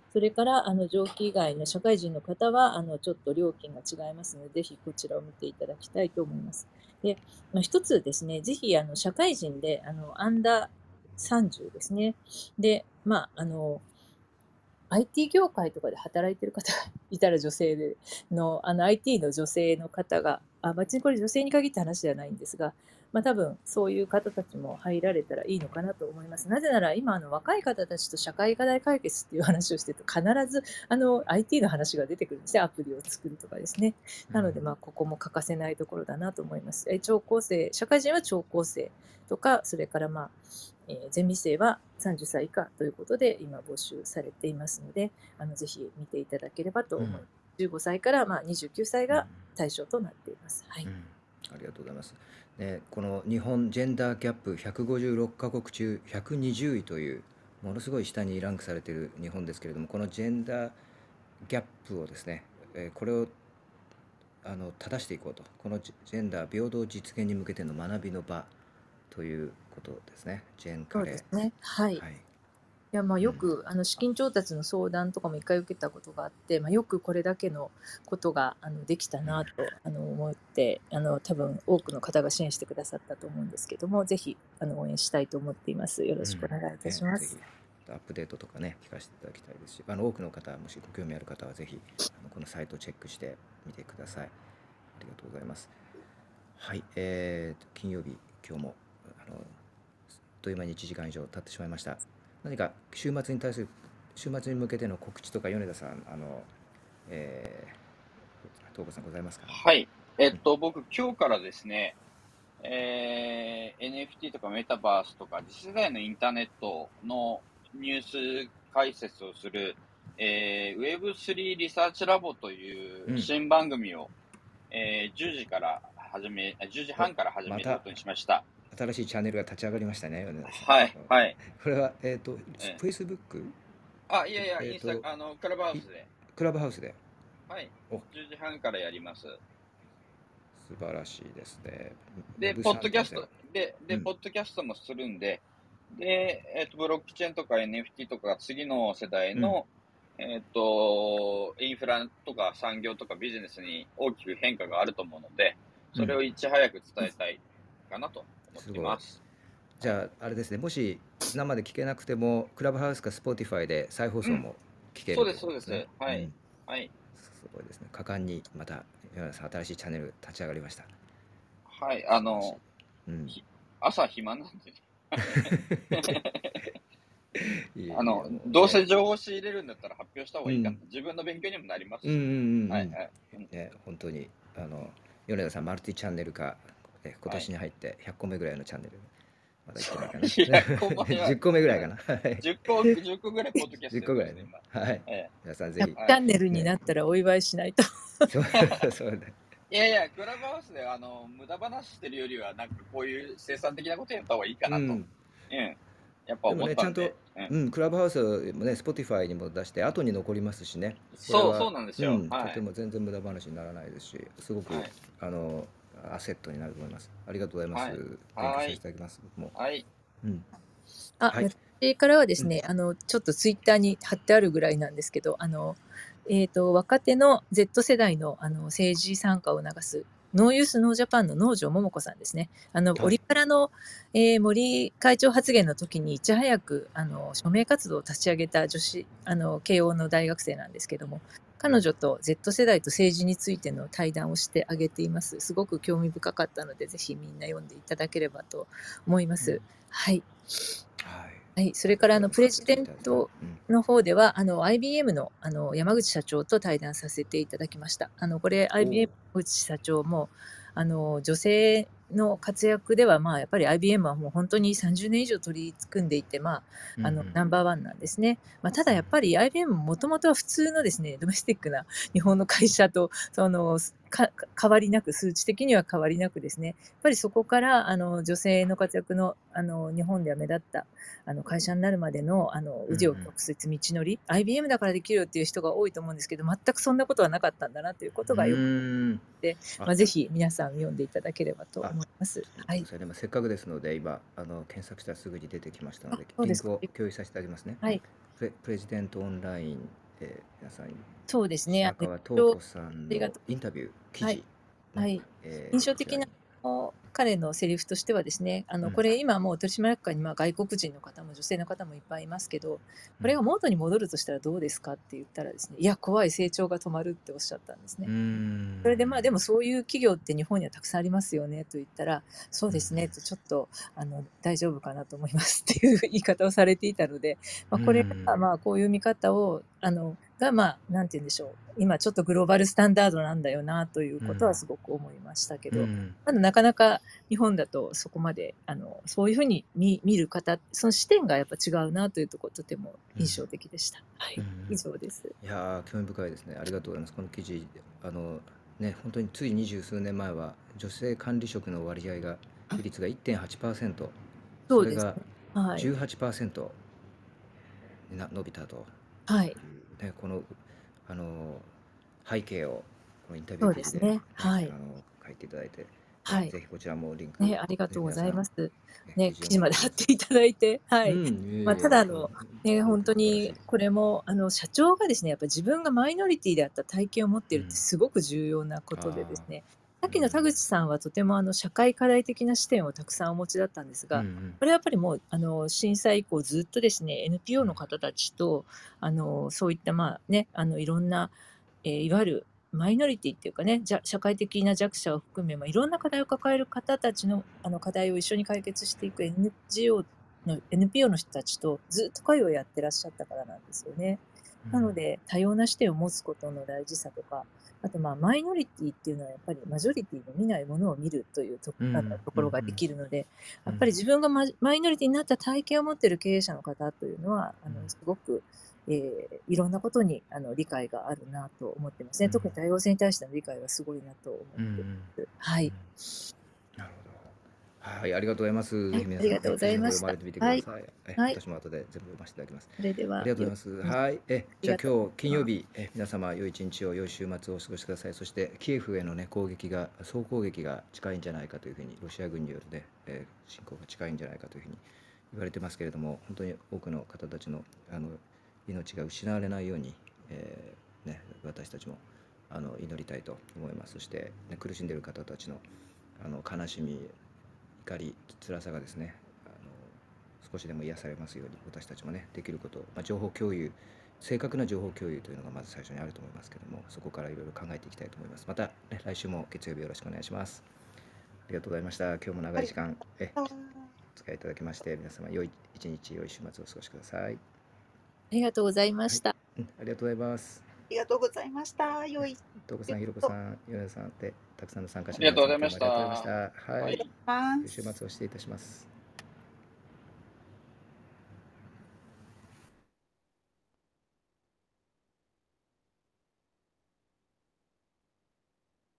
それからあの上記以外の社会人の方はあのちょっと料金が違いますので、ぜひこちらを見ていただきたいと思います。で、まあ、一つですね、ぜひあの社会人であのアンダーさんじゅうですね。で、まあ、あの アイティー 業界とかで働いてる方がいたら女性での、あの アイティー の女性の方が、あ、別にこれ女性に限った話ではないんですが、まあ多分そういう方たちも入られたらいいのかなと思います。なぜなら今あの若い方たちと社会課題解決っていう話をしてると必ずあの アイティー の話が出てくるんですね。アプリを作るとかですね。なのでまあここも欠かせないところだなと思います。え聴講生、社会人は聴講生とか、それからまあえー、ゼミ生はさんじゅっさい以下ということで今募集されていますので、あのぜひ見ていただければと思います。 うんじゅうごさいからまあにじゅうきゅうさいうんが対象となっています。はい。 うんありがとうございます。ね、この日本ジェンダーギャップひゃくごじゅうろっカ国中ひゃくにじゅういというものすごい下にランクされている日本ですけれども、このジェンダーギャップをですね、えーこれをあの正していこうと、このジジェンダー平等実現に向けての学びの場ということですね。ジェンそカレー。 うですね。はい。いはい。 やまあうん。 よくあの資金調達の相談とかも一回受けたことがあって、まあ、よくこれだけのことがあのできたうん。 なとあの思ってあの多分多くの方が支援してくださったと思うんですけども、ぜひあの応援したいと思っています。よろしくお願いいたしね、 ます。 ぜひアップデートとかね聞かせていただきたいですし、あの多くの方もしご興味ある方はぜひあのこのサイトをチェックしてみてください。ありがとうございます。はい、えーと、金曜日今日もあのあっという間にいちじかん以上経ってしまいました。何か週末に対する週末に向けての告知とか米田さん、あの、えー、東子さんございますか？ はい。えっと、僕、今日からですね、えー エヌエフティー とかメタバースとか次世代のインターネットのニュース解説をする、えー、ウェブスリー リサーチラボといううん。 新番組を、えーじゅうじから始め、あじゅうじはんから始まためることにしました。 新しいチャンネルが立ち上がりましたね、米田さん。 はい、はい。 これは、えっ、と、 えー Facebook？ あ、いやいや、 えっ、 インスタ、 と、 あの、クラブハウいスで。 クラブハウスで。 はい。 お、 じゅうじはんからやります。 素晴らしいですね。 で、 Web ポッドキャスさんてんゼロ。 ト、で、で、 うん。 ポッドキャストもするんで、で、えっと、ブロックチェーンとか エヌエフティー とか次の世代うん。 の、えっと、インフラとか産業とかビジネスに大きく変化があると思うので、 うそれをん。 いち早く伝えたいかなと思っすごい。 ています。 じゃあ、あれですね、もし生で聞けなくても、クラブハウスか Spotify で再放うん。 送も聞けるとそうです、そうです。 いうことですね。 はい。 うん。 はい。 すごいですね。果敢にまた、米田さん、新しいチャンネル立ち上がりました。 はい。あ素晴らしい。 の、 うん。 ひ朝暇なんでね。 いえいえ、 あの、 もうどうせね。 情報仕入れるんだったら発表した方うがいいかな。 ん。 自分の勉強にもなりますうんうんし。 うんうん。 はい、はい。うんね、本当に、あの、米田さん、マルチチャンネル化、え今はい。 年に入ってひゃっこめぐらいのチャンネル、まだ行ってないかな。 いや、ここまではじゅっこめぐらいうんかな。はい。 じゅっこ、じゅっこぐらいポッドキャス 10 トや個ぐらいね。 ってますね、今。 はい。 え皆さんぜひゃくひ、 え。はい。 チャンネルにね。 なったらお祝いしないと。 そう、そうだ。 いやいや、クラブハウスで、あの、無駄話してるよりは、なんかこういう生産的なことやった方がいいかうなと。 ん。 うん。やっぱでもね、ちゃん思ったんで。 と、 うん。 うん、クラブハウスもね、Spotify にも出して、後に残りますしね。これそう、そは、 うなんですよ。 うん、とはい。 ても全然無駄話にならないですし、すごく、 はい。 あの、アセットになると思います。ありがとうございます。 はい。 勉強さはい。 せていただきます。僕も。 はい。 うん。 あ、 はい。 私からはですうん。 ね、あの、ちょっとツイッターに貼ってあるぐらいなんですけど、あの、えっと、若手の Z 世代の、あの、政治参加を促す、ノーユースノージャパンの能條桃子さんですね。あの、オリはい。 パラの、えー森会長発言の時にいち早く、あの、署名活動を立ち上げた女子、あの、慶応の大学生なんですけども、 う彼ん。 女と Z 世代と政治についての対談をしてあげています。すごく興味深かったので、ぜひみんな読んでいただければと思いまうん。 す。はい。 はい。 はい、そありがとうございれからあのプレます。ツイッジデンターでね。 トうん。 の方ではあの アイビーエム のあの山口社長と対談させていただきました。あのこれおアイビーエムお。 山口社長もあの女性の活躍ではまあやっぱり アイビーエム はもう本当にさんじゅうねん以上取り組んでいて、まあ、 うんあのうん。 ナンバーワンなんですね。まあ、たうんだやっぱり アイビーエム ももともとは普通のですねドメスティックな日本の会社とそのか変わりなく数値的には変わりなくですねやっぱりそこからあの女性の活躍のあの日本では目立ったあの会社になるまでのあのうん紆余曲折道のり アイビーエム だからできるよっていう人が多いと思うんですけど全くそんなことはなかったんだなというこうとがよくん。うーん。 て、 あ、 まあ、ぜひ皆さん読んでいただければとあ、 思思います。はい。 それでもせっかくですので、今あの検索したらすぐに出てきましたのあ、 で、 そうですか。 リンクを共有させてあげますね。 はい。 プレプレジデントオンライン、えー皆さん、 そうですね。あ白の、 川東子さんありがのとインタビュー記はい。 事、ね、 はい。 え印ーこちらに。 象的なあの彼のセリフとしてはですね、あの、 うんこれ今もう取締役会にまあ外国人の方も女性の方もいっぱいいますけど、 うんこれが元に戻るとしたらどうですかって言ったらですね、いや、怖い、成長が止まるっておっしゃったんですうーね。 んそれでまあでもそういう企業って日本にはたくさんありますよねと言ったら、そううんですねとちょっとあの大丈夫かなと思いますっていう言い方をされていたので、まあ、 うこれんがまあこういう見方をあのがまあなんて言うんでしょう、今ちょっとグローバルスタンダードなんだよなということはすごく思いましたけど、 うんまだなかなか日本だとそこまであのそういうふうに見見る方、その視点がやっぱ違うなというところとても印象的でした。はい、 うん以上です。 いやー興味深いですね。ありがとうございます。この記事、あのね、本当につい二十数年前は女性管理職の割合が比率がいってんはちパーセント、それがそうですね。はい。 じゅうはちパーセントにな伸びたとはい。 いう、ね、このあの背景をこのインタビュそー記事で、ね、 うですね。はい。 あの書いていただいて、ね、 はい。 ぜひこちらもリンク、 ね、ありがね、 とうご皆さん、 ざいます。 ね、 ね、 記事記事までを持ってます。 貼っていただいて、はうい。 ん、いまあ、 えいえ、 ただあの、 こね、 う、 本当素晴らしい。 にこれもあの社長がですね、やっぱ自分がマイノリティであった体験を持っているってうん、 すごく重要なことでですあね、 あ、 さっきの田口さんはとてもあの社会課題的な視点をたくさんお持ちだったんですうん、うが、 ん、 これはやっぱりもうあの震災以降ずっとですね、エヌピーオー のうん、 方たちとあのそういったまあね、あのいろんなえーいわゆるマイノリティっていうかね、じゃ社会的な弱者を含め、まあ、いろんな課題を抱える方たちのあの課題を一緒に解決していく エヌジーオー の エヌピーオー の人たちとずっと会をやってらっしゃったからなんですよね。なので、多様な視点を持つことの大事さとか、あとまあマイノリティっていうのはやっぱりマジョリティの見ないものを見るというとうん、 あのとうん、 ころができるので、 うん、 やっぱり自分がママイノリティになった体験を持っている経営者の方というのは、あのすごくえーいろんなことにあの理解があるなと思ってますね。 うん、 特に多様性に対しての理解はすごいなと思うん、うってん、 ます。はい。 なるほど。はい、ありがとうございます。 はい、 ぜひ皆さん、ね、 ありがとうご記事の方ざいました。 読まれてみてくはい。 ださい。え、 はい。 私も後で全部読ませていただきます。 それであは、よりがとうございます。はい、え、 あじゃありがとうご今日金曜ざいます。 日、え、皆様良い一日を、良い週末をお過ごしください。そしてキエフへのね攻撃が、総攻撃が近いんじゃないかというふうに、ロシア軍によるね、えー侵攻が近いんじゃないかというふうに言われてますけれども、本当に多くの方たちのあの命が失われないように、えーね、私たちもあの祈りたいと思います。そして、ね、苦しんでいる方たちのあの悲しみ、怒り、辛さがですね、あの少しでも癒されますように、私たちもねできること、まあ、情報共有、正確な情報共有というのがまず最初にあると思いますけども、そこからいろいろ考えていきたいと思います。また、ね、来週も月曜日よろしくお願いします。ありがとうございました。今日も長い時間えお使いいただきまして、皆様良い一日、良い週末をお過ごしください。 ありがとうございまはい、 した。 うん、ありがとうございます。 ありがとうございました。良い。 東子さん、ひろこさん、米田さんでたくさんの参加者ありがとうございの皆様、今日もありがとうございまました。 した。は、 はいい。 ま良い週末をしていたします。